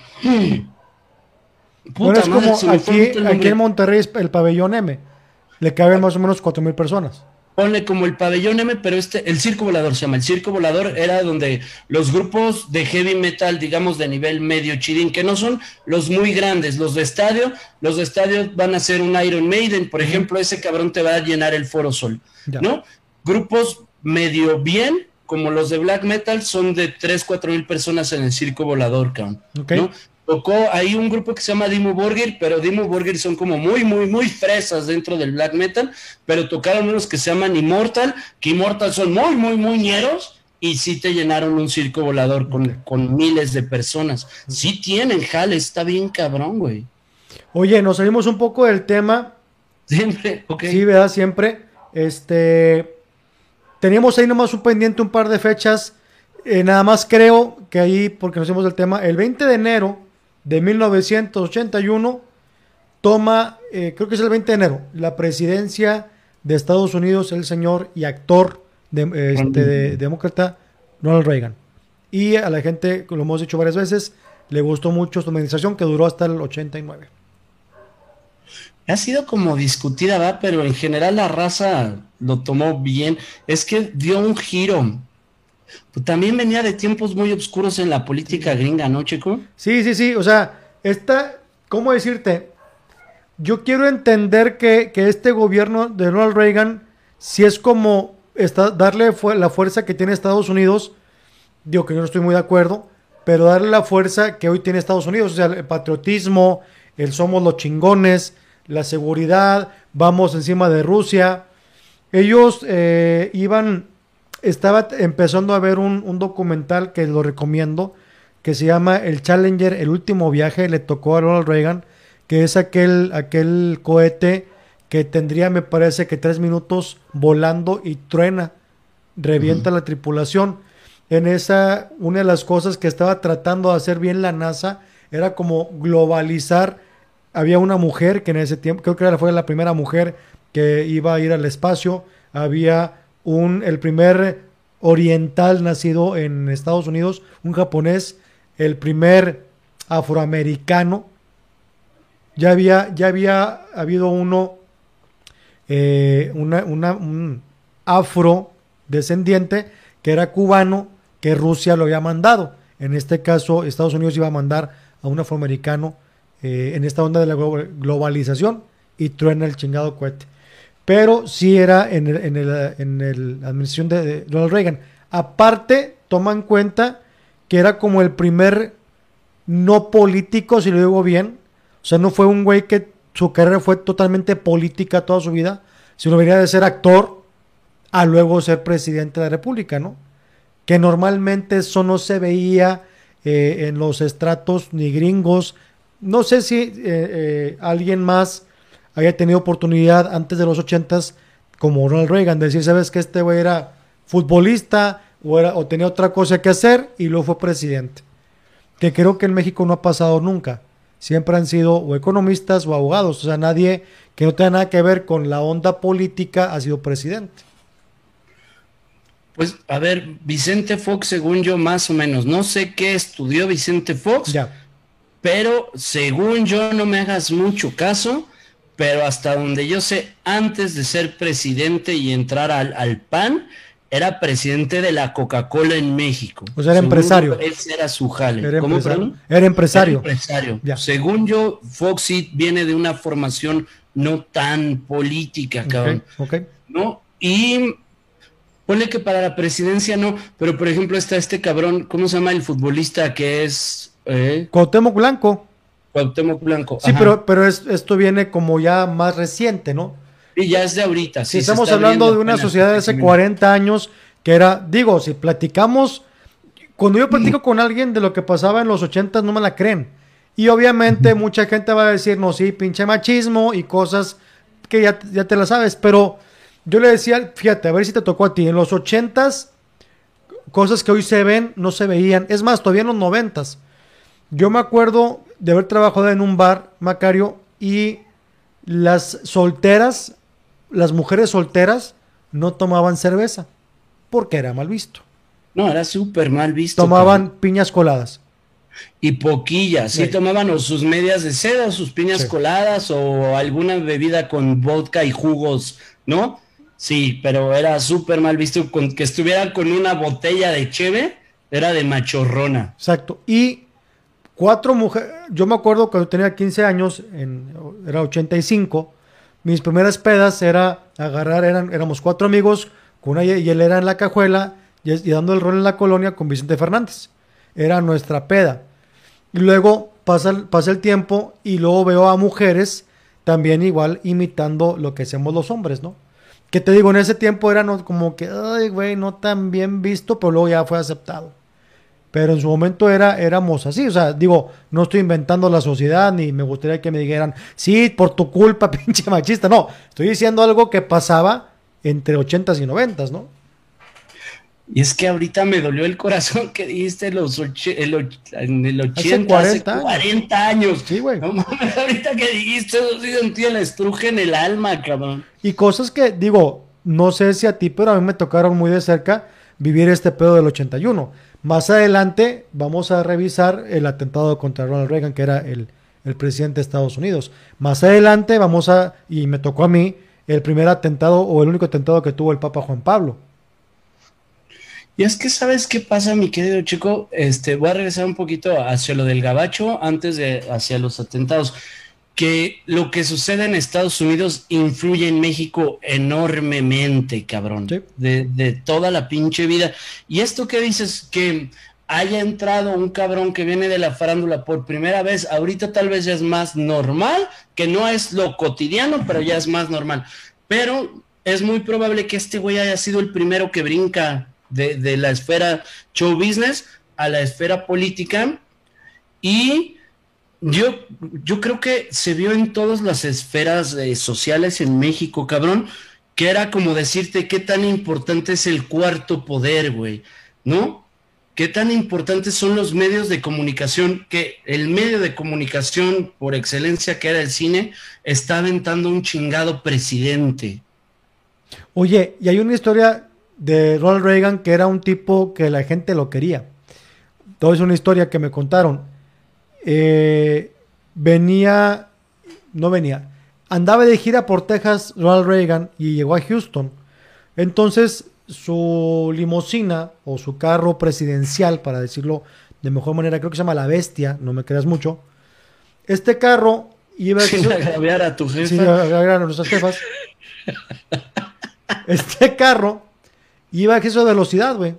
Bueno, Puta es madre, como se me fue ahorita el aquí en nombre. Monterrey, es el pabellón M. Le caben más o menos 4,000 personas. Ponle como el pabellón M, pero el Circo Volador se llama. El Circo Volador era donde los grupos de heavy metal, digamos de nivel medio chidín, que no son los muy grandes, los de estadio van a ser un Iron Maiden, por Ujú. ejemplo, ese cabrón te va a llenar el Foro Sol, Ya. ¿no? Grupos medio bien, como los de black metal, son de 3 4 mil personas en el Circo Volador, cabrón, Ok. ¿no? Tocó ahí un grupo que se llama Dimmu Borgir, pero Dimmu Borgir son como muy fresas dentro del black metal, pero tocaron unos que se llaman Immortal, que Immortal son muy ñeros, y sí te llenaron un circo volador Ok. con miles de personas. Ok. Sí tienen jale, está bien cabrón, güey. Oye, nos salimos un poco del tema. Siempre, ok. Sí, ¿verdad? Siempre. Teníamos ahí nomás un pendiente, un par de fechas. Nada más creo que ahí, porque nos hicimos el tema, el 20 de enero de 1981 toma, creo que es el 20 de enero, la presidencia de Estados Unidos el señor y actor demócrata Ronald Reagan. Y a la gente, como lo hemos dicho varias veces, le gustó mucho su administración que duró hasta el 89. Ha sido como discutida, ¿va? Pero en general la raza lo tomó bien. Es que dio un giro. Pues también venía de tiempos muy oscuros en la política gringa, ¿no, Checo? Sí, sí, sí, o sea, esta, ¿cómo decirte? yo quiero entender que este gobierno de Ronald Reagan, si es como darle la fuerza que tiene Estados Unidos, digo que yo no estoy muy de acuerdo, pero darle la fuerza que hoy tiene Estados Unidos, o sea, el patriotismo, el somos los chingones, la seguridad, vamos encima de Rusia. Ellos estaba empezando a ver un documental que lo recomiendo, que se llama El Challenger, el último viaje, le tocó a Ronald Reagan, que es aquel cohete que tendría, me parece que 3 minutos volando y truena, revienta la tripulación. Una de las cosas que estaba tratando de hacer bien la NASA era como globalizar. Había una mujer que en ese tiempo, creo que fue la primera mujer que iba a ir al espacio. Había el primer oriental nacido en Estados Unidos, un japonés, el primer afroamericano. Ya había habido un afrodescendiente que era cubano, que Rusia lo había mandado. En este caso, Estados Unidos iba a mandar a un afroamericano en esta onda de la globalización y truena el chingado cohete. Pero sí era en la administración de Ronald Reagan. Aparte, toma en cuenta que era como el primer no político, si lo digo bien. O sea, no fue un güey que su carrera fue totalmente política toda su vida, sino venía de ser actor a luego ser presidente de la República, ¿no? Que normalmente eso no se veía en los estratos ni gringos. No sé si alguien más haya tenido oportunidad antes de los 80s, como Ronald Reagan, de decir, ¿sabes que este güey era futbolista o tenía otra cosa que hacer y luego fue presidente? Que creo que en México no ha pasado nunca. Siempre han sido o economistas o abogados. O sea, nadie que no tenga nada que ver con la onda política ha sido presidente. Pues, a ver, Vicente Fox, según yo, más o menos, no sé qué estudió Vicente Fox, Ya. pero según yo, no me hagas mucho caso, pero hasta donde yo sé, antes de ser presidente y entrar al PAN, era presidente de la Coca-Cola en México. O sea, era empresario. Ese era su jale. Era ¿Cómo, empresario. perdón? Era empresario. Era empresario. Ya. Según yo, Fox sí viene de una formación no tan política, cabrón. Okay. ¿No? Y ponle que para la presidencia no, pero por ejemplo está este cabrón, ¿cómo se llama el futbolista que es? Cuauhtémoc Blanco. Cuauhtémoc Blanco. Sí, pero esto viene como ya más reciente, ¿no? Y ya es de ahorita. Sí, estamos hablando de una sociedad de hace 40 años que era, digo, si platicamos, cuando yo platico con alguien de lo que pasaba en los 80 no me la creen. Y obviamente mucha gente va a decir, no, sí, pinche machismo y cosas que ya te la sabes, pero yo le decía, fíjate, a ver si te tocó a ti, en los 80s, cosas que hoy se ven, no se veían. Es más, todavía en los 90s. Yo me acuerdo de haber trabajado en un bar, Macario, y las mujeres solteras no tomaban cerveza, porque era mal visto. No, era súper mal visto. Tomaban piñas coladas. Y poquillas, sí, tomaban o sus medias de seda, o sus piñas coladas, o alguna bebida con vodka y jugos, ¿no? Sí, pero era súper mal visto que estuvieran con una botella de cheve, era de machorrona. Exacto, y 4 mujeres, yo me acuerdo cuando tenía 15 años, era 85, mis primeras pedas era éramos 4 amigos, y él era en la cajuela, y dando el rol en la colonia con Vicente Fernández. Era nuestra peda. Y luego pasa el tiempo y luego veo a mujeres también igual imitando lo que hacemos los hombres, ¿no? Que te digo, en ese tiempo era como que, ay, güey, no tan bien visto, pero luego ya fue aceptado. Pero en su momento éramos así, o sea, digo, no estoy inventando la sociedad, ni me gustaría que me dijeran, sí, por tu culpa, pinche machista. No, estoy diciendo algo que pasaba entre 80s y 90s, ¿no? Y es que ahorita me dolió el corazón que dijiste en el 80, hace 40 años. Sí, güey. No mames, ahorita que dijiste eso, sí sentí el estruje en el alma, cabrón. Y cosas que, digo, no sé si a ti, pero a mí me tocaron muy de cerca vivir este pedo del 81. Más adelante vamos a revisar el atentado contra Ronald Reagan, que era el presidente de Estados Unidos. Más adelante y me tocó a mí, el primer atentado o el único atentado que tuvo el Papa Juan Pablo. Y es que, ¿sabes qué pasa, mi querido chico? Voy a regresar un poquito hacia lo del gabacho, hacia los atentados. que lo que sucede en Estados Unidos influye en México enormemente, cabrón, Sí. de toda la pinche vida. Y esto que dices, que haya entrado un cabrón que viene de la farándula por primera vez, ahorita tal vez ya es más normal, que no es lo cotidiano, pero ya es más normal. Pero es muy probable que este güey haya sido el primero que brinca de la esfera show business a la esfera política. Y yo, yo creo que se vio en todas las esferas sociales en México, cabrón, que era como decirte qué tan importante es el cuarto poder, güey, ¿no? Qué tan importantes son los medios de comunicación, que el medio de comunicación por excelencia que era el cine, está aventando un chingado presidente. Oye, y hay una historia de Ronald Reagan que era un tipo que la gente lo quería. Todo es una historia que me contaron. Eh, venía, no venía, andaba de gira por Texas Ronald Reagan y llegó a Houston. Entonces su limusina o su carro presidencial, para decirlo de mejor manera, creo que se llama La Bestia, no me creas mucho. Este carro iba a... Sin agraviar a tu Sí, jefa. a nuestras jefas. Este carro iba a exceso de velocidad, güey.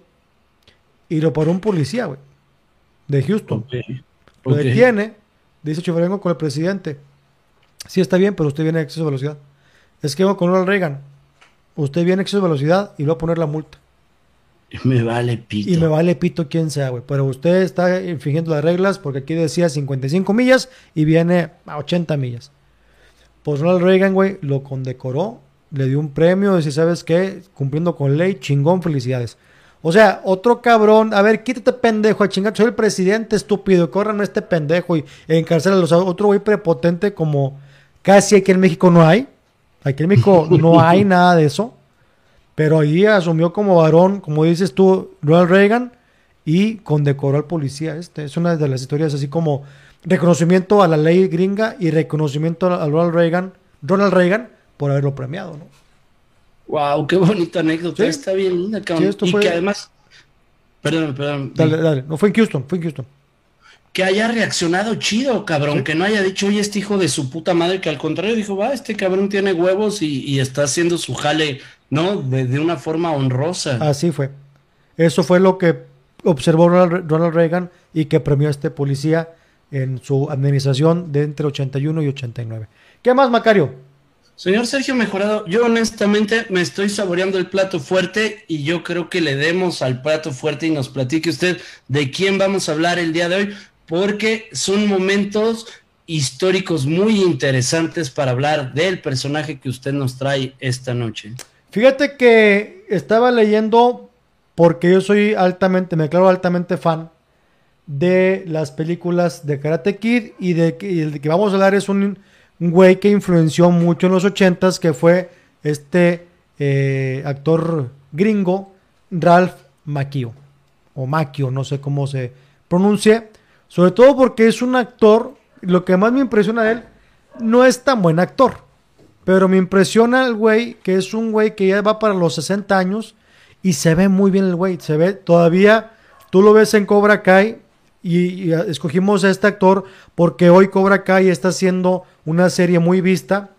Y lo paró un policía, güey, de Houston. Ok, Lo ok. detiene, dice, chofer, vengo con el presidente. Sí, está bien, pero usted viene a exceso de velocidad. Es que vengo con Ronald Reagan. Usted viene a exceso de velocidad y le va a poner la multa. Me vale Y me pito. vale pito quién sea, güey. Pero usted está infringiendo las reglas porque aquí decía 55 millas y viene a 80 millas. Pues Ronald Reagan, güey, lo condecoró, le dio un premio, dice, ¿sabes qué? Cumpliendo con ley, chingón, felicidades. O sea, otro cabrón, a ver, quítate pendejo, a chingar, soy el presidente, estúpido, corran a este pendejo y encarcelan. O sea, otro güey prepotente como casi aquí en México no hay. Aquí en México no hay nada de eso. Pero ahí asumió como varón, como dices tú, Ronald Reagan, y condecoró al policía. Es una de las historias así como reconocimiento a la ley gringa y reconocimiento a Ronald Reagan por haberlo premiado, ¿no? Wow, qué bonita anécdota. Sí, Está bien linda, sí, cabrón. esto Y que fue, además, perdón, dale, dale, no fue en Houston, fue en Houston. que haya reaccionado chido, cabrón, Sí, que no haya dicho, oye, este hijo de su puta madre, que al contrario dijo, va, este cabrón tiene huevos y está haciendo su jale, ¿no? De una forma honrosa. así fue. Eso fue lo que observó Ronald Reagan y que premió a este policía en su administración de entre 81 y 89. ¿Qué más, Macario? Señor Sergio Mejorado, yo honestamente me estoy saboreando el plato fuerte y yo creo que le demos al plato fuerte y nos platique usted de quién vamos a hablar el día de hoy, porque son momentos históricos muy interesantes para hablar del personaje que usted nos trae esta noche. Fíjate que estaba leyendo porque yo soy altamente, me declaro altamente fan de las películas de Karate Kid y y el de que vamos a hablar es un güey que influenció mucho en los ochentas, que fue este actor gringo, Ralph Macchio, o Macchio, no sé cómo se pronuncie, sobre todo porque es un actor, lo que más me impresiona de él, no es tan buen actor, pero me impresiona el güey, que es un güey que ya va para los 60 años y se ve muy bien el güey, se ve todavía, tú lo ves en Cobra Kai y escogimos a este actor porque hoy Cobra Kai está haciendo una serie muy vista,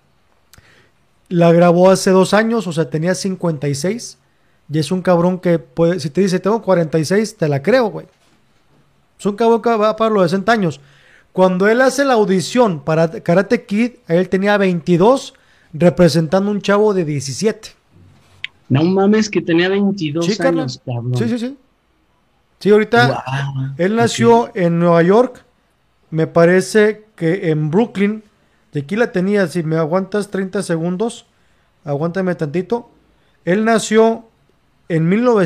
la grabó hace 2 años, o sea, tenía 56 y es un cabrón que puede, si te dice tengo 46, te la creo, güey. Es un cabrón que va para los 60 años. Cuando él hace la audición para Karate Kid, él tenía 22 representando un chavo de 17. No mames, que tenía Sí, 22 carnal. años, Sí, cabrón. sí, sí. Sí, ahorita Wow, él ok. nació en Nueva York, me parece que en Brooklyn. Y aquí la tenía, si me aguantas 30 segundos, aguántame tantito. Él nació en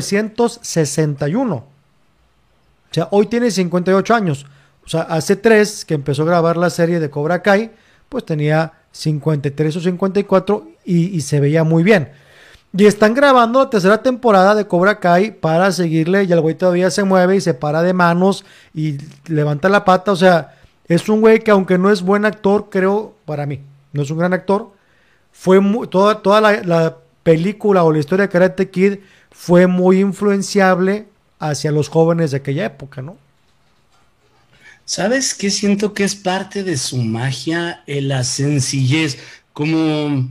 1961. O sea, hoy tiene 58 años. O sea, hace 3 que empezó a grabar la serie de Cobra Kai, pues tenía 53 o 54 y se veía muy bien. Y están grabando la tercera temporada de Cobra Kai para seguirle y el güey todavía se mueve y se para de manos y levanta la pata. O sea, es un güey que aunque no es buen actor, creo, para mí, no es un gran actor, fue toda la película o la historia de Karate Kid fue muy influenciable hacia los jóvenes de aquella época, ¿no? ¿Sabes qué? Siento que es parte de su magia, la sencillez, como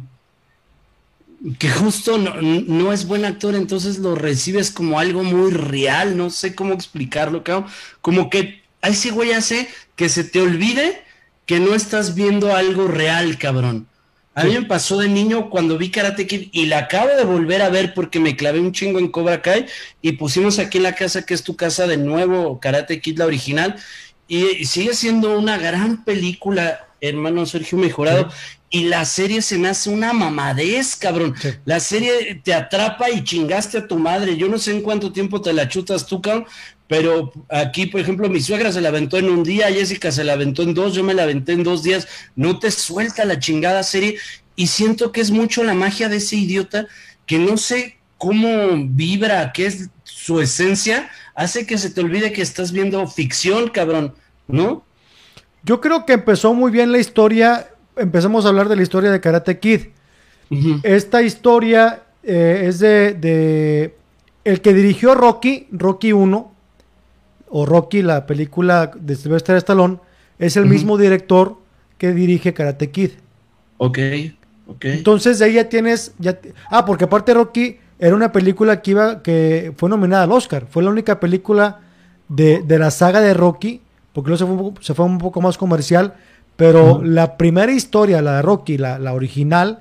que justo no es buen actor, entonces lo recibes como algo muy real, no sé cómo explicarlo, cabrón. Como que a ese güey hace que se te olvide que no estás viendo algo real, cabrón. A mí Sí. me pasó de niño cuando vi Karate Kid y la acabo de volver a ver porque me clavé un chingo en Cobra Kai y pusimos aquí en la casa, que es tu casa, de nuevo Karate Kid, la original, y sigue siendo una gran película, hermano Sergio Mejorado. Sí, Y la serie se me hace una mamadez, cabrón. sí. La serie te atrapa y chingaste a tu madre. Yo no sé en cuánto tiempo te la chutas tú, cabrón, pero aquí, por ejemplo, mi suegra se la aventó en un día, Jessica se la aventó en dos, yo me la aventé en 2 días. No te suelta la chingada serie y siento que es mucho la magia de ese idiota que no sé cómo vibra, qué es su esencia, hace que se te olvide que estás viendo ficción, cabrón, ¿no? Yo creo que empezó muy bien la historia. Empezamos a hablar de la historia de Karate Kid. Ujú. Esta historia es de el que dirigió Rocky, Rocky 1, o Rocky, la película de Sylvester Stallone, es el Ujú. mismo director que dirige Karate Kid. Ok, ok. Entonces de ahí ya tienes, porque aparte Rocky era una película que fue nominada al Oscar. Fue la única película de la saga de Rocky, porque luego se fue un poco más comercial, pero Ajá. la primera historia, la de Rocky, la original,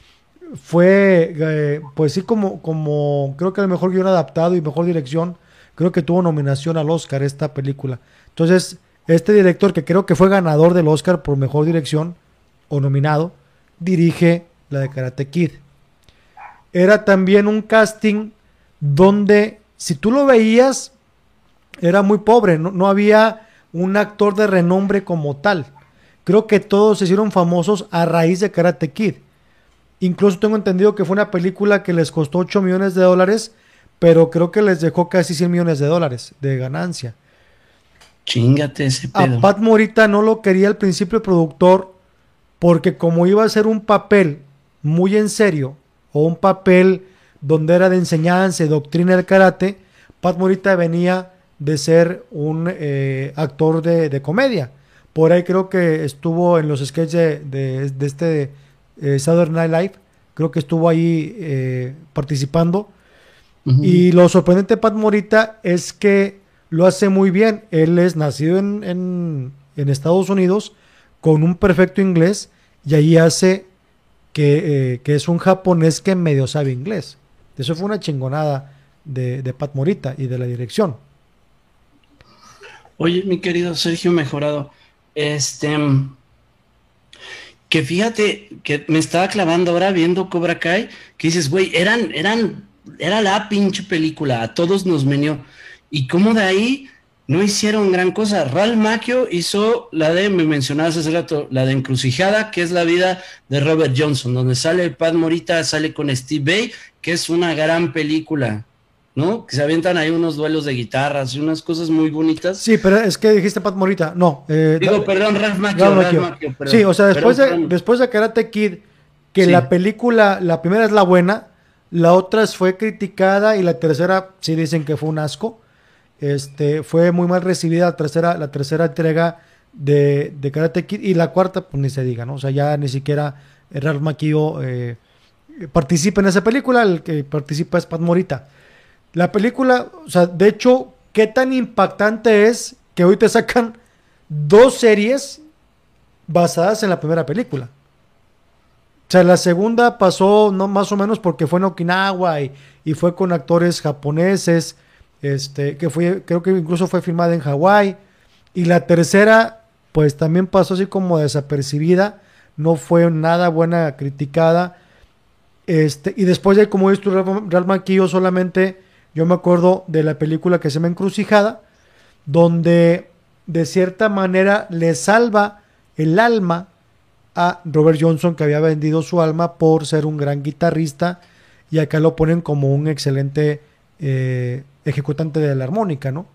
fue, pues sí, como creo que el mejor guión adaptado y mejor dirección, creo que tuvo nominación al Oscar esta película. Entonces, este director, que creo que fue ganador del Oscar por mejor dirección, o nominado, dirige la de Karate Kid. Era también un casting donde, si tú lo veías, era muy pobre, no había un actor de renombre como tal. Creo que todos se hicieron famosos a raíz de Karate Kid. Incluso tengo entendido que fue una película que les costó 8 millones de dólares, pero creo que les dejó casi 100 millones de dólares de ganancia. Chingate ese A pedo. Pat Morita no lo quería al principio el productor porque como iba a ser un papel muy en serio o un papel donde era de enseñanza y doctrina del karate, Pat Morita venía de ser un actor de comedia. Por ahí creo que estuvo en los sketches de este Saturday Night Live, creo que estuvo ahí participando. Ujú. Y lo sorprendente de Pat Morita es que lo hace muy bien. Él es nacido en Estados Unidos con un perfecto inglés y ahí hace que es un japonés que medio sabe inglés. Eso fue una chingonada de Pat Morita y de la dirección. Oye, mi querido Sergio Mejorado, este, que fíjate que me estaba clavando ahora viendo Cobra Kai, que dices, güey, era la pinche película, a todos nos menió. Y cómo de ahí no hicieron gran cosa. Ralph Macchio hizo la de, me mencionabas hace rato, la de Encrucijada, que es la vida de Robert Johnson, donde sale Pat Morita, sale con Steve Vai, que es una gran película, ¿no? Que se avientan ahí unos duelos de guitarras y unas cosas muy bonitas. Sí, pero es que dijiste Pat Morita. No, Digo, perdón, Ralph Ralph Macchio. Macchio, Sí, perdón, o sea, perdón, perdón. después de Karate Kid, que la Sí. película, la primera es la buena, la otra fue criticada y la tercera sí dicen que fue un asco. Fue muy mal recibida la tercera entrega de Karate Kid y la cuarta, pues ni se diga, ¿no? O sea, ya ni siquiera Ralph Macchio participa en esa película, el que participa es Pat Morita. La película, o sea, de hecho, qué tan impactante es que hoy te sacan dos series basadas en la primera película. O sea, la segunda pasó no más o menos porque fue en Okinawa y fue con actores japoneses, que fue, creo que incluso fue filmada en Hawái. Y la tercera, pues también pasó así como desapercibida, no fue nada buena criticada. Y después de, como dices tú, Real Manquillo, solamente yo me acuerdo de la película que se llama Encrucijada, donde de cierta manera le salva el alma a Robert Johnson, que había vendido su alma por ser un gran guitarrista, y acá lo ponen como un excelente ejecutante de la armónica, ¿no?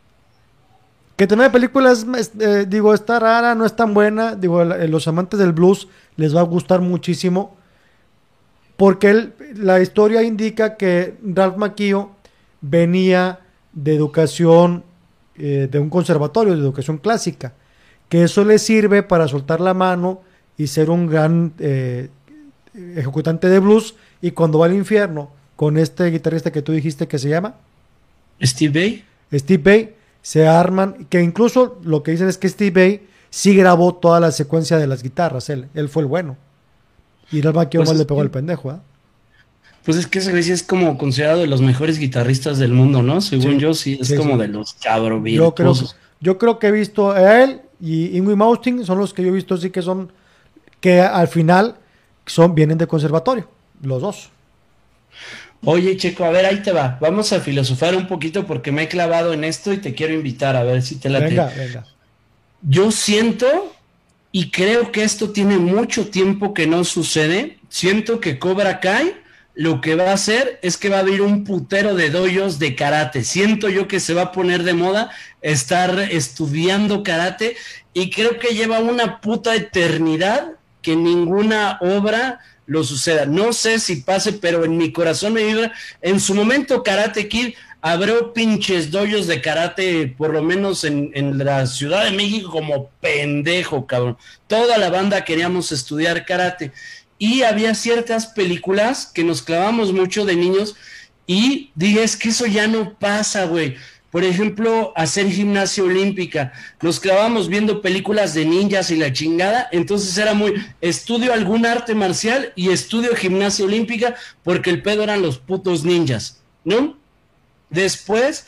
Que también la película digo, está rara, no es tan buena, digo, los amantes del blues les va a gustar muchísimo, porque la historia indica que Ralph Macchio venía de educación de un conservatorio de educación clásica, que eso le sirve para soltar la mano y ser un gran ejecutante de blues, y cuando va al infierno con este guitarrista que tú dijiste que se llama Steve Vai. Steve Vai, se arman, que incluso lo que dicen es que Steve Vai sí grabó toda la secuencia de las guitarras, él fue el bueno, y el maquillo Pues más le es pegó al que, pendejo, ¿eh? pues es que ese güey sí es como considerado de los mejores guitarristas del mundo, ¿no? Según Sí, yo, sí, es sí, como sí. de los cabro Yo creo que, virtuosos. yo creo que he visto a él y Ingrid Malmsteen son los que yo he visto, sí que son, que al final vienen de conservatorio, los dos. Oye, Checo, a ver, ahí te va. Vamos a filosofar un poquito porque me he clavado en esto y te quiero invitar a ver si te late. Venga, venga. Yo siento y creo que esto tiene mucho tiempo que no sucede. Siento que Cobra Kai lo que va a hacer es que va a abrir un putero de dojos de karate. Siento yo que se va a poner de moda estar estudiando karate y creo que lleva una puta eternidad que ninguna obra lo suceda. No sé si pase, pero en mi corazón me vibra. En su momento Karate Kid abrió pinches dojos de karate, por lo menos en la Ciudad de México, como pendejo, cabrón. Toda la banda queríamos estudiar karate. Y había ciertas películas que nos clavamos mucho de niños y dije, es que eso ya no pasa, güey. Por ejemplo, hacer gimnasia olímpica. Nos clavamos viendo películas de ninjas y la chingada. Entonces era muy, estudio algún arte marcial y estudio gimnasia olímpica porque el pedo eran los putos ninjas, ¿no? Después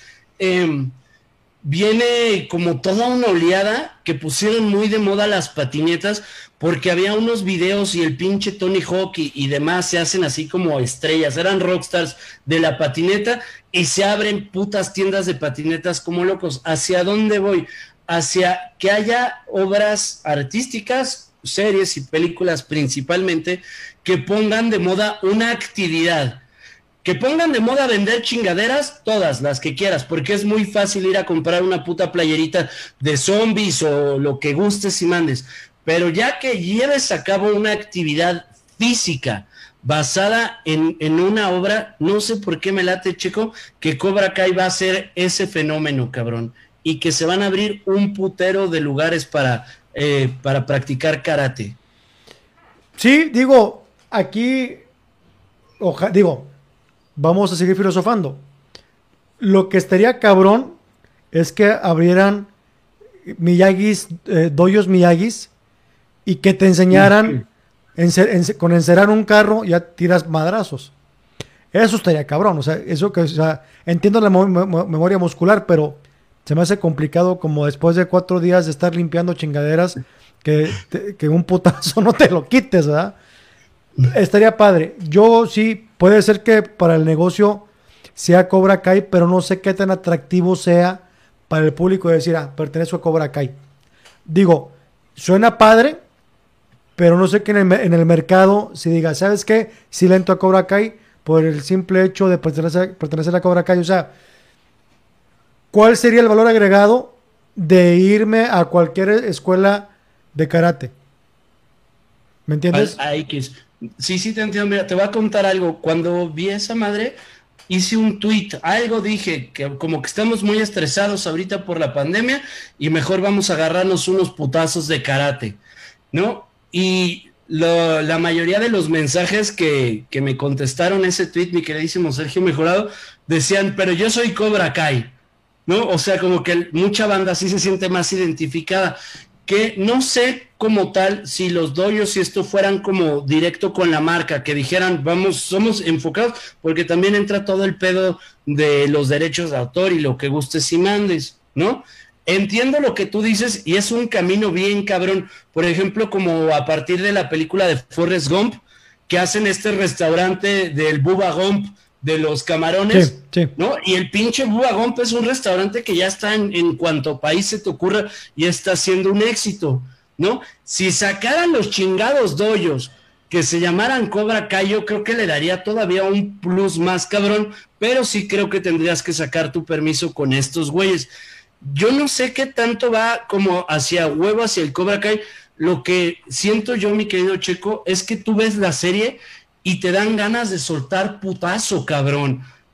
viene como toda una oleada que pusieron muy de moda las patinetas porque había unos videos y el pinche Tony Hawk y demás se hacen así como estrellas, eran rockstars de la patineta y se abren putas tiendas de patinetas como locos. ¿Hacia dónde voy? Hacia que haya obras artísticas, series y películas principalmente que pongan de moda una actividad. Que pongan de moda vender chingaderas, todas las que quieras, porque es muy fácil ir a comprar una puta playerita de zombies o lo que gustes y mandes. Pero ya que lleves a cabo una actividad física basada en una obra, no sé por qué me late, Checo, que Cobra Kai va a ser ese fenómeno, cabrón. Y que se van a abrir un putero de lugares para practicar karate. Sí, digo, aquí, digo, vamos a seguir filosofando. Lo que estaría cabrón es que abrieran Miyagis, doyos Miyagis, y que te enseñaran con encerar un carro ya tiras madrazos. Eso estaría cabrón, o sea, eso que, o sea, entiendo la memoria muscular, pero se me hace complicado como después de 4 días de estar limpiando chingaderas que un putazo no te lo quites, ¿verdad? Estaría padre. Yo sí, puede ser que para el negocio sea Cobra Kai, pero no sé qué tan atractivo sea para el público decir, pertenezco a Cobra Kai. Digo, suena padre, pero no sé que en el mercado si diga, ¿sabes qué? Si le entro a Cobra Kai por el simple hecho de pertenecer a Cobra Kai. O sea, ¿cuál sería el valor agregado de irme a cualquier escuela de karate? ¿Me entiendes? Sí, te entiendo. Mira, te voy a contar algo. Cuando vi a esa madre, hice un tweet, algo dije, que como que estamos muy estresados ahorita por la pandemia y mejor vamos a agarrarnos unos putazos de karate, ¿no? Y la mayoría de los mensajes que me contestaron ese tweet, mi queridísimo Sergio Mejorado, decían, pero yo soy Cobra Kai, ¿no? O sea, como que mucha banda sí se siente más identificada, que no sé como tal si los dojos, si esto fueran como directo con la marca, que dijeran, vamos, somos enfocados, porque también entra todo el pedo de los derechos de autor y lo que gustes y mandes, ¿no? Entiendo lo que tú dices y es un camino bien cabrón, por ejemplo, como a partir de la película de Forrest Gump, que hacen este restaurante del Bubba Gump, de los camarones, Sí. ¿no? Y el pinche Bubba Gump es un restaurante que ya está en cuanto país se te ocurra y está siendo un éxito, ¿no? Si sacaran los chingados dojos que se llamaran Cobra Kai, yo creo que le daría todavía un plus más cabrón, pero sí creo que tendrías que sacar tu permiso con estos güeyes. Yo no sé qué tanto va como hacia huevo, hacia el Cobra Kai. Lo que siento yo, mi querido Checo, es que tú ves la serie y te dan ganas de soltar putazo, cabrón,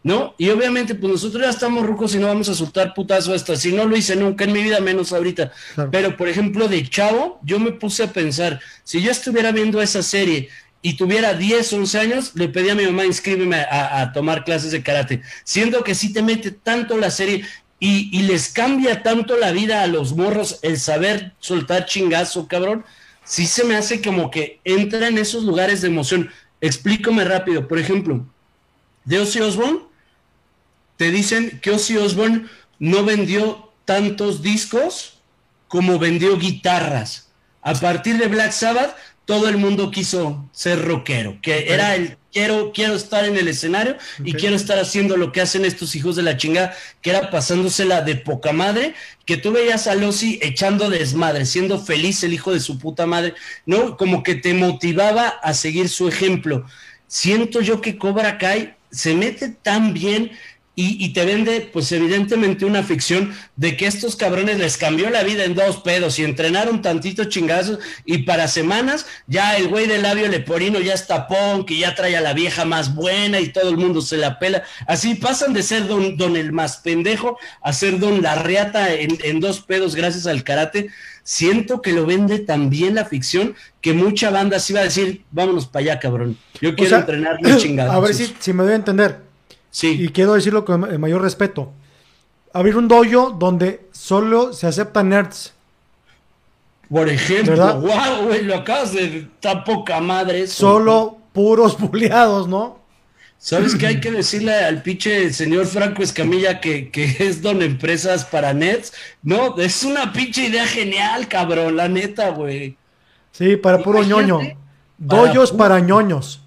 ¿no? Y obviamente, pues nosotros ya estamos rucos y no vamos a soltar putazo hasta, si no lo hice nunca en mi vida, menos ahorita. Claro. Pero, por ejemplo, de chavo, yo me puse a pensar, si yo estuviera viendo esa serie y tuviera 10, 11 años, le pedí a mi mamá inscríbeme a tomar clases de karate, siendo que sí te mete tanto la serie y les cambia tanto la vida a los morros el saber soltar chingazo, cabrón, sí se me hace como que entra en esos lugares de emoción. Explícame rápido, por ejemplo, de Ozzy Osbourne, te dicen que Ozzy Osbourne no vendió tantos discos como vendió guitarras. A partir de Black Sabbath, todo el mundo quiso ser rockero, que era el quiero estar en el escenario y quiero estar haciendo lo que hacen estos hijos de la chingada, que era pasándosela de poca madre, que tú veías a Ozzy echando desmadre, siendo feliz el hijo de su puta madre, ¿no? Como que te motivaba a seguir su ejemplo. Siento yo que Cobra Kai se mete tan bien y te vende, pues evidentemente una ficción de que estos cabrones les cambió la vida en 2 pedos y entrenaron tantitos chingazos y para semanas ya el güey del labio leporino ya está punk y ya trae a la vieja más buena y todo el mundo se la pela. Así pasan de ser don el más pendejo a ser don la reata en 2 pedos gracias al karate. Siento que lo vende tan bien la ficción que mucha banda se iba a decir, vámonos para allá, cabrón. Yo quiero entrenar los chingados. A ver si me doy a entender. Sí. Y quiero decirlo con el mayor respeto. Abrir un dojo donde solo se aceptan nerds. Por ejemplo, ¿verdad? Wow, güey, lo acabas de tan poca madre eso. Solo puros buleados, ¿no? ¿Sabes qué hay que decirle al pinche señor Franco Escamilla que es don empresas para nets? No, es una pinche idea genial, cabrón, la neta, güey. Sí, para puro ñoño. Dojos para ñoños.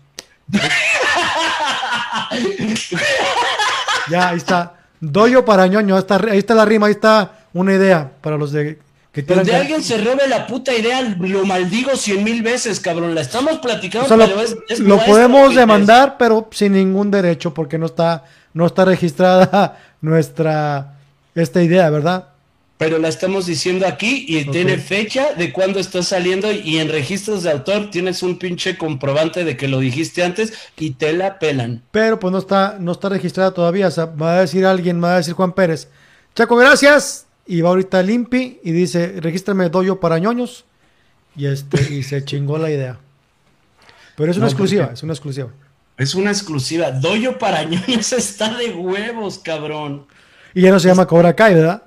Ya, ahí está. Doyo para ñoño. Ahí está la rima, ahí está una idea para los de que quieran. Donde alguien se robe la puta idea, lo maldigo 100,000 veces, cabrón. La estamos platicando, o sea, pero es lo podemos demandar, pero sin ningún derecho, porque no está registrada esta idea, ¿verdad? Pero la estamos diciendo aquí y tiene fecha de cuándo está saliendo y en registros de autor tienes un pinche comprobante de que lo dijiste antes y te la pelan. Pero pues no está registrada todavía. O sea, va a decir alguien, va a decir Juan Pérez, Chaco, gracias. Y va ahorita al INPI y dice, regístrame doyo para ñoños. Y se chingó la idea. Pero es una exclusiva, es una exclusiva. Es una exclusiva. Doyo para ñoños está de huevos, cabrón. Y ya no se llama Cobra Kai, ¿verdad?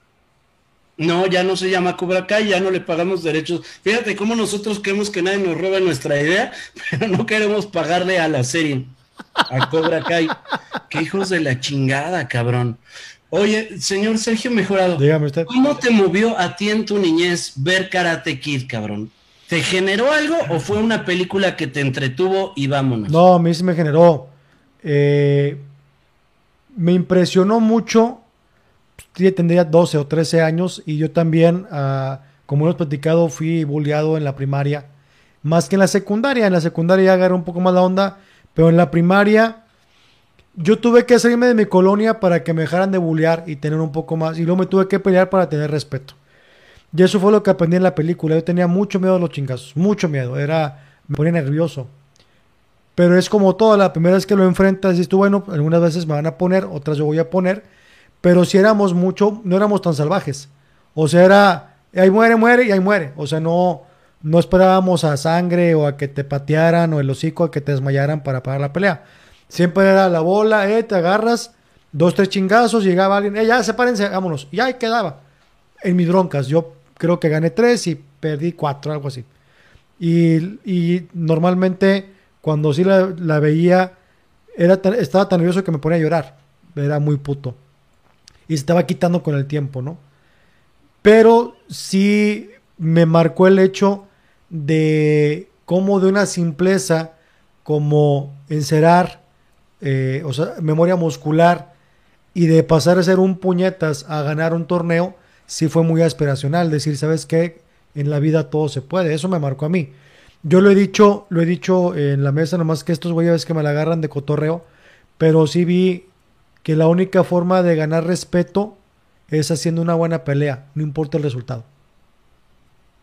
No, ya no se llama Cobra Kai, ya no le pagamos derechos. Fíjate cómo nosotros queremos que nadie nos robe nuestra idea, pero no queremos pagarle a la serie, a Cobra Kai. Qué hijos de la chingada, cabrón. Oye, señor Sergio Mejorado, dígame usted, ¿cómo te movió a ti en tu niñez ver Karate Kid, cabrón? ¿Te generó algo o fue una película que te entretuvo y vámonos? No, a mí sí me generó. Me impresionó mucho. Yo tendría 12 o 13 años y yo también, como hemos platicado, fui bulleado en la primaria, más que en la secundaria. En la secundaria ya agarré un poco más la onda, pero en la primaria yo tuve que salirme de mi colonia para que me dejaran de bullear y tener un poco más. Y luego me tuve que pelear para tener respeto. Y eso fue lo que aprendí en la película. Yo tenía mucho miedo a los chingazos, mucho miedo. Me ponía nervioso. Pero es como todo, la primera vez que lo enfrentas, dices tú, bueno, algunas veces me van a poner, otras yo voy a poner. Pero si éramos mucho, no éramos tan salvajes. O sea, era, ahí muere y ahí muere. O sea, no esperábamos a sangre o a que te patearan o el hocico a que te desmayaran para parar la pelea. Siempre era la bola, te agarras, 2, 3 chingazos, llegaba alguien, ya, sepárense, vámonos. Y ahí quedaba. En mis broncas, yo creo que gané 3 y perdí 4, algo así. Y normalmente, cuando sí la veía, estaba tan nervioso que me ponía a llorar. Era muy puto. Y se estaba quitando con el tiempo, ¿no? Pero sí me marcó el hecho de cómo de una simpleza como encerar, o sea, memoria muscular y de pasar a ser un puñetas a ganar un torneo, sí fue muy aspiracional. Decir, ¿sabes qué? En la vida todo se puede. Eso me marcó a mí. Yo lo he dicho en la mesa, nomás que estos güeyes que me la agarran de cotorreo, pero sí vi que la única forma de ganar respeto es haciendo una buena pelea, no importa el resultado.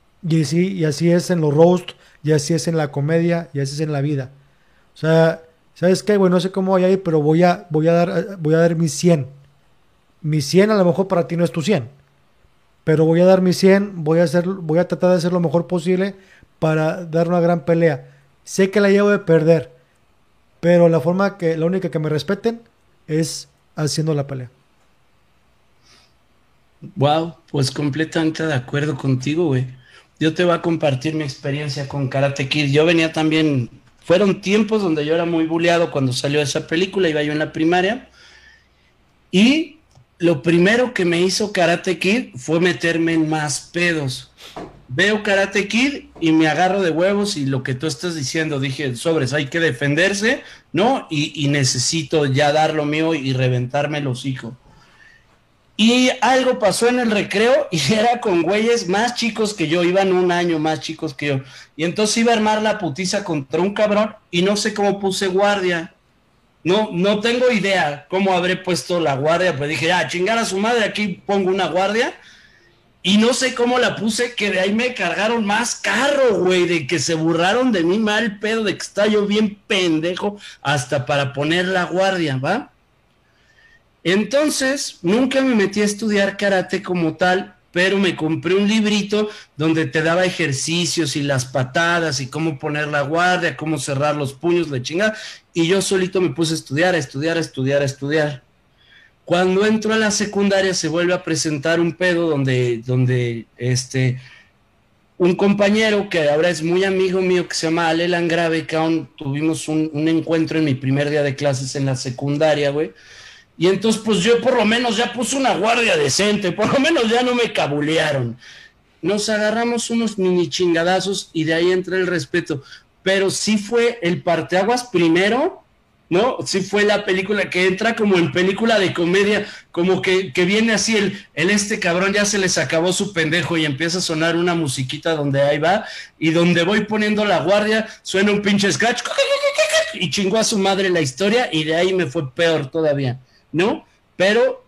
Y así es en los roast, y así es en la comedia, y así es en la vida. O sea, ¿sabes qué, güey? No sé cómo voy a ir, pero voy a dar mi 100. Mi 100 a lo mejor para ti no es tu 100, pero voy a dar mi 100, voy a tratar de hacer lo mejor posible para dar una gran pelea. Sé que la llevo de perder, pero la única que me respeten es haciendo la pelea. Wow, pues completamente de acuerdo contigo, güey. Yo te voy a compartir mi experiencia con Karate Kid. Yo venía también, fueron tiempos donde yo era muy bulleado cuando salió esa película, iba yo en la primaria, y lo primero que me hizo Karate Kid fue meterme en más pedos. Veo Karate Kid y me agarro de huevos y lo que tú estás diciendo, dije, sobres, hay que defenderse, ¿no? Y necesito ya dar lo mío y reventarme el hocico. Y algo pasó en el recreo y era con güeyes más chicos que yo, iban un año más chicos que yo. Y entonces iba a armar la putiza contra un cabrón y no sé cómo puse guardia. No tengo idea cómo habré puesto la guardia, pues dije, ah, chingar a su madre, aquí pongo una guardia. Y no sé cómo la puse, que de ahí me cargaron más carro, güey, de que se burlaron de mí mal pedo, de que estaba yo bien pendejo hasta para poner la guardia, ¿va? Entonces, nunca me metí a estudiar karate como tal, pero me compré un librito donde te daba ejercicios y las patadas y cómo poner la guardia, cómo cerrar los puños, la chingada. Y yo solito me puse a estudiar, a estudiar, a estudiar, a estudiar. Cuando entro a la secundaria se vuelve a presentar un pedo donde un compañero que ahora es muy amigo mío que se llama Ale Langrave, que aún tuvimos un encuentro en mi primer día de clases en la secundaria, güey. Y entonces, pues yo por lo menos ya puse una guardia decente, por lo menos ya no me cabulearon. Nos agarramos unos mini chingadazos y de ahí entra el respeto. Pero sí fue el parteaguas primero, ¿no? Sí fue la película que entra como en película de comedia, como que viene así este cabrón ya se les acabó su pendejo y empieza a sonar una musiquita donde ahí va y donde voy poniendo la guardia, suena un pinche scratch y chingó a su madre la historia y de ahí me fue peor todavía. ¿No? Pero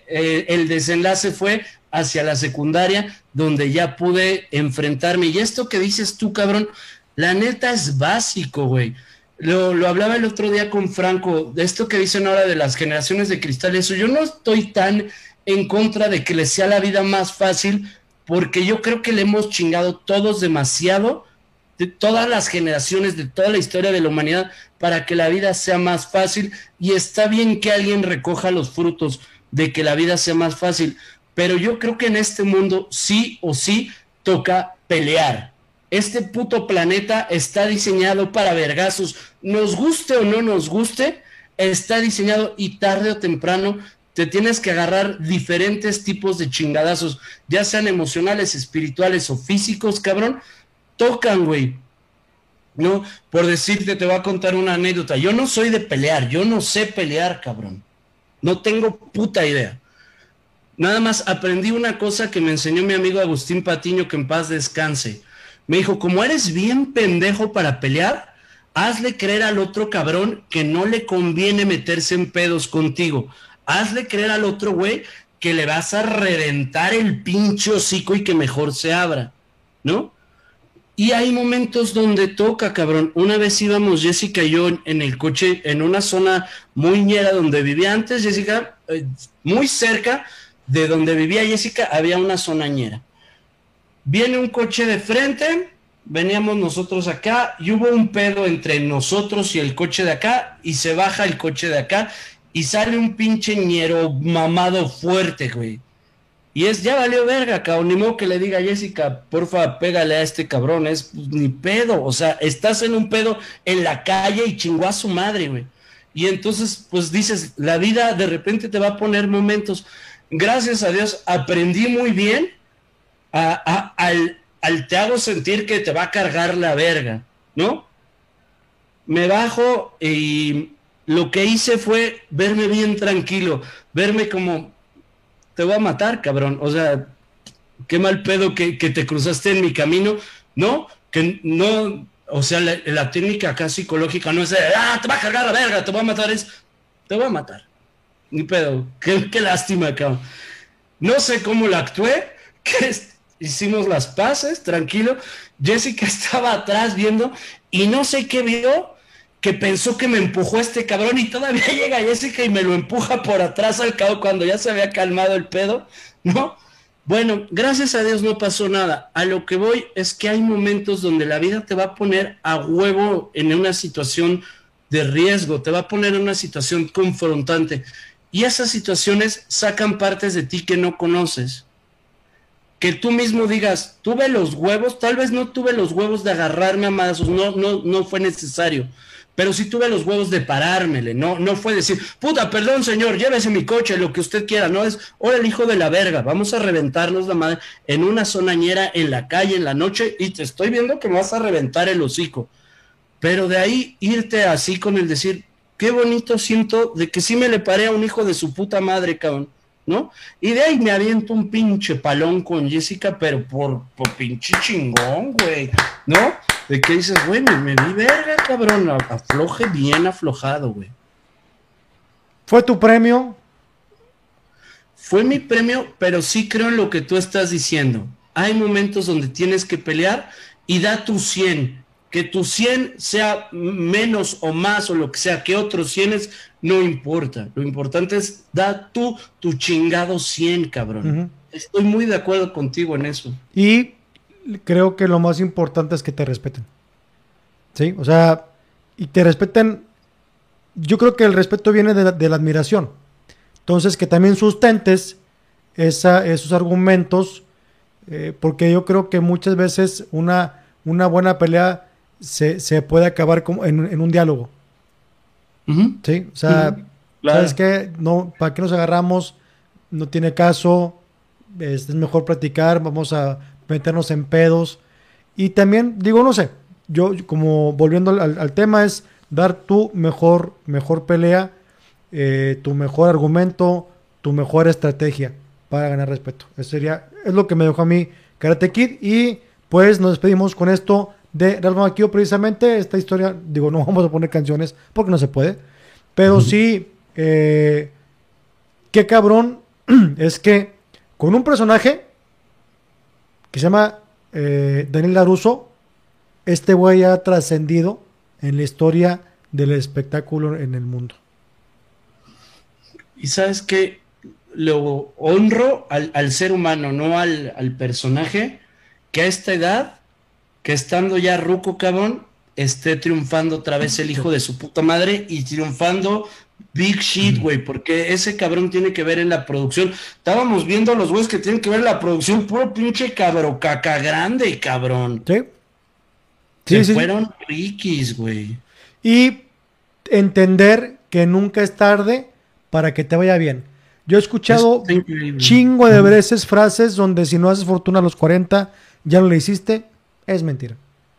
el desenlace fue hacia la secundaria, donde ya pude enfrentarme. Y esto que dices tú, cabrón, la neta es básico, güey. Lo hablaba el otro día con Franco, de esto que dicen ahora de las generaciones de cristal, eso. Yo no estoy tan en contra de que les sea la vida más fácil, porque yo creo que le hemos chingado todos demasiado, de todas las generaciones, de toda la historia de la humanidad, para que la vida sea más fácil, y está bien que alguien recoja los frutos de que la vida sea más fácil, pero yo creo que en este mundo sí o sí toca pelear. Este puto planeta está diseñado para vergazos, nos guste o no nos guste, está diseñado y tarde o temprano te tienes que agarrar diferentes tipos de chingadazos, ya sean emocionales, espirituales o físicos, cabrón, tocan, güey. No, por decirte, te voy a contar una anécdota. Yo no soy de pelear, yo no sé pelear, cabrón. No tengo puta idea. Nada más aprendí una cosa que me enseñó mi amigo Agustín Patiño, que en paz descanse. Me dijo, como eres bien pendejo para pelear, hazle creer al otro cabrón que no le conviene meterse en pedos contigo. Hazle creer al otro güey que le vas a reventar el pinche hocico y que mejor se abra, ¿no? Y hay momentos donde toca, cabrón. Una vez íbamos Jessica y yo en el coche en una zona muy ñera donde vivía antes Jessica, muy cerca de donde vivía Jessica había una zona ñera. Viene un coche de frente, veníamos nosotros acá y hubo un pedo entre nosotros y el coche de acá y se baja el coche de acá y sale un pinche ñero mamado fuerte, güey. Y ya valió verga, cabrón, ni modo que le diga a Jessica, porfa, pégale a este cabrón, es pues, ni pedo, o sea, estás en un pedo en la calle y chingó a su madre, güey. Y entonces, pues dices, la vida de repente te va a poner momentos. Gracias a Dios, aprendí muy bien al te hago sentir que te va a cargar la verga, ¿no? Me bajo y lo que hice fue verme bien tranquilo, verme como te voy a matar, cabrón. O sea, qué mal pedo que te cruzaste en mi camino, ¿no? Que no, o sea, la técnica acá psicológica no es de, te va a cargar la verga, te voy a matar, es, te voy a matar. Ni pedo, qué lástima, cabrón. No sé cómo la actué, que hicimos las paces, tranquilo. Jessica estaba atrás viendo y no sé qué vio, que pensó que me empujó este cabrón y todavía llega Jessica y me lo empuja por atrás al cabo cuando ya se había calmado el pedo, ¿no? Bueno, gracias a Dios no pasó nada. A lo que voy es que hay momentos donde la vida te va a poner a huevo en una situación de riesgo, te va a poner en una situación confrontante. Y esas situaciones sacan partes de ti que no conoces. Que tú mismo digas, tuve los huevos, tal vez no tuve los huevos de agarrarme a madrazos, no fue necesario. Pero sí tuve los huevos de parármele, no fue decir, puta, perdón señor, llévese mi coche, lo que usted quiera, no es, ahora el hijo de la verga, vamos a reventarnos la madre en una zonañera, en la calle, en la noche, y te estoy viendo que me vas a reventar el hocico. Pero de ahí irte así con el decir, qué bonito siento de que sí me le paré a un hijo de su puta madre, cabrón, ¿no? Y de ahí me aviento un pinche palón con Jessica, pero por pinche chingón, güey, ¿no? De que dices, güey, me vi verga, cabrón, afloje bien aflojado, güey. ¿Fue tu premio? Fue mi premio, pero sí creo en lo que tú estás diciendo. Hay momentos donde tienes que pelear y da tu 100. Que tu 100 sea menos o más o lo que sea que otros 100 no importa. Lo importante es da tú tu chingado 100, cabrón. Estoy muy de acuerdo contigo en eso. Y creo que lo más importante es que te respeten. ¿Sí? O sea, y te respeten. Yo creo que el respeto viene de la admiración. Entonces, que también sustentes esos argumentos, porque yo creo que muchas veces una buena pelea se puede acabar como en un diálogo. ¿Sí? O sea, Claro. ¿sabes qué? No, ¿para qué nos agarramos? No tiene caso. Es mejor platicar. Vamos a meternos en pedos. Y también, digo, no sé. Yo, como volviendo al tema, es dar tu mejor pelea, tu mejor argumento, tu mejor estrategia para ganar respeto. Es lo que me dejó a mí Karate Kid. Y pues nos despedimos con esto de Ralph Macchio. Precisamente esta historia, digo, no vamos a poner canciones porque no se puede, pero sí, qué cabrón es que con un personaje que se llama Daniel LaRusso, este güey ha trascendido en la historia del espectáculo en el mundo. Y sabes que lo honro al ser humano, no al personaje, que a esta edad, que estando ya ruco, cabrón, esté triunfando otra vez el hijo de su puta madre y triunfando big shit, güey, porque ese cabrón tiene que ver en la producción. Estábamos viendo a los güeyes que tienen que ver en la producción, puro pinche cabro caca grande, cabrón. Sí. Se fueron riquis, güey. Y entender que nunca es tarde para que te vaya bien. Yo he escuchado chingo de veces frases donde si no haces fortuna a los 40 ya no le hiciste. Es mentira.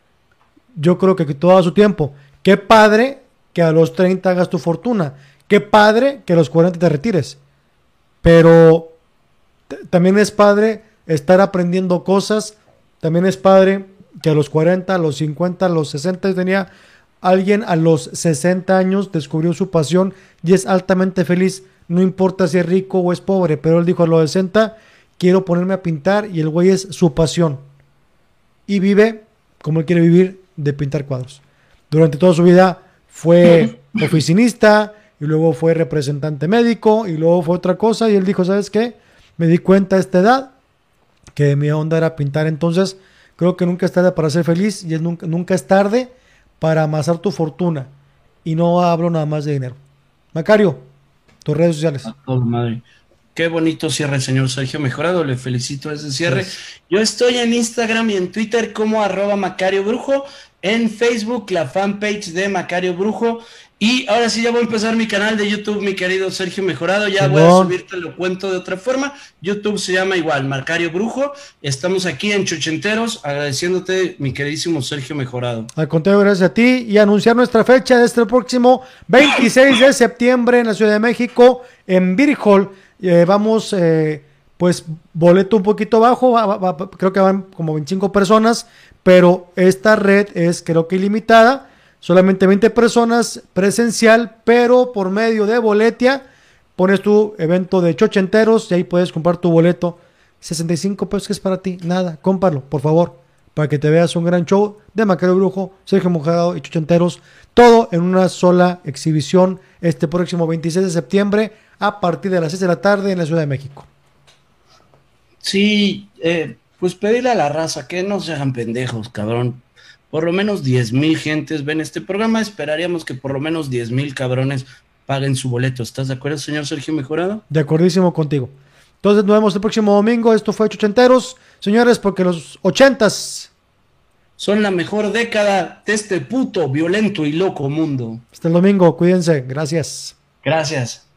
Yo creo que todo a su tiempo. Qué padre que a los 30 hagas tu fortuna. Qué padre que a los 40 te retires. Pero también es padre estar aprendiendo cosas. También es padre que a los 40, a los 50, a los 60 tenía alguien a los 60 años, descubrió su pasión y es altamente feliz. No importa si es rico o es pobre, pero él dijo a los 60, quiero ponerme a pintar, y el güey es su pasión. Y vive como él quiere vivir, de pintar cuadros. Durante toda su vida fue oficinista, y luego fue representante médico, y luego fue otra cosa, y él dijo, ¿sabes qué? Me di cuenta a esta edad que mi onda era pintar. Entonces creo que nunca es tarde para ser feliz, y nunca es tarde para amasar tu fortuna. Y no hablo nada más de dinero. Macario, tus redes sociales. Oh, madre. Qué bonito cierre, señor Sergio Mejorado. Le felicito ese cierre. Sí. Yo estoy en Instagram y en Twitter como @MacarioBrujo. En Facebook, la fanpage de Macario Brujo. Y ahora sí ya voy a empezar mi canal de YouTube, mi querido Sergio Mejorado. Ya voy a subirte, lo cuento de otra forma. YouTube se llama igual, Macario Brujo. Estamos aquí en Chochenteros, agradeciéndote, mi queridísimo Sergio Mejorado. Al contrario, gracias a ti. Y anunciar nuestra fecha de este próximo 26 de septiembre en la Ciudad de México, en Beer Hall. Vamos, pues, boleto un poquito bajo. Creo que van como 25 personas. Pero esta red es, creo que ilimitada. Solamente 20 personas presencial, pero por medio de Boletia pones tu evento de Chochenteros y ahí puedes comprar tu boleto. 65 pesos, que es para ti, nada, cómpralo, por favor, para que te veas un gran show de Macario Brujo, Sergio Mojado y Chuchenteros, todo en una sola exhibición este próximo 26 de septiembre a partir de las 6 de la tarde en la Ciudad de México. Sí, pues pedirle a la raza que no se hagan pendejos, cabrón. Por lo menos 10,000 gentes ven este programa. Esperaríamos que por lo menos 10,000 cabrones paguen su boleto. ¿Estás de acuerdo, señor Sergio Mejorado? De acordísimo contigo. Entonces nos vemos el próximo domingo. Esto fue Chuchenteros. Señores, porque los 80s son la mejor década de este puto, violento y loco mundo. hasta el domingo. Cuídense. Gracias. Gracias.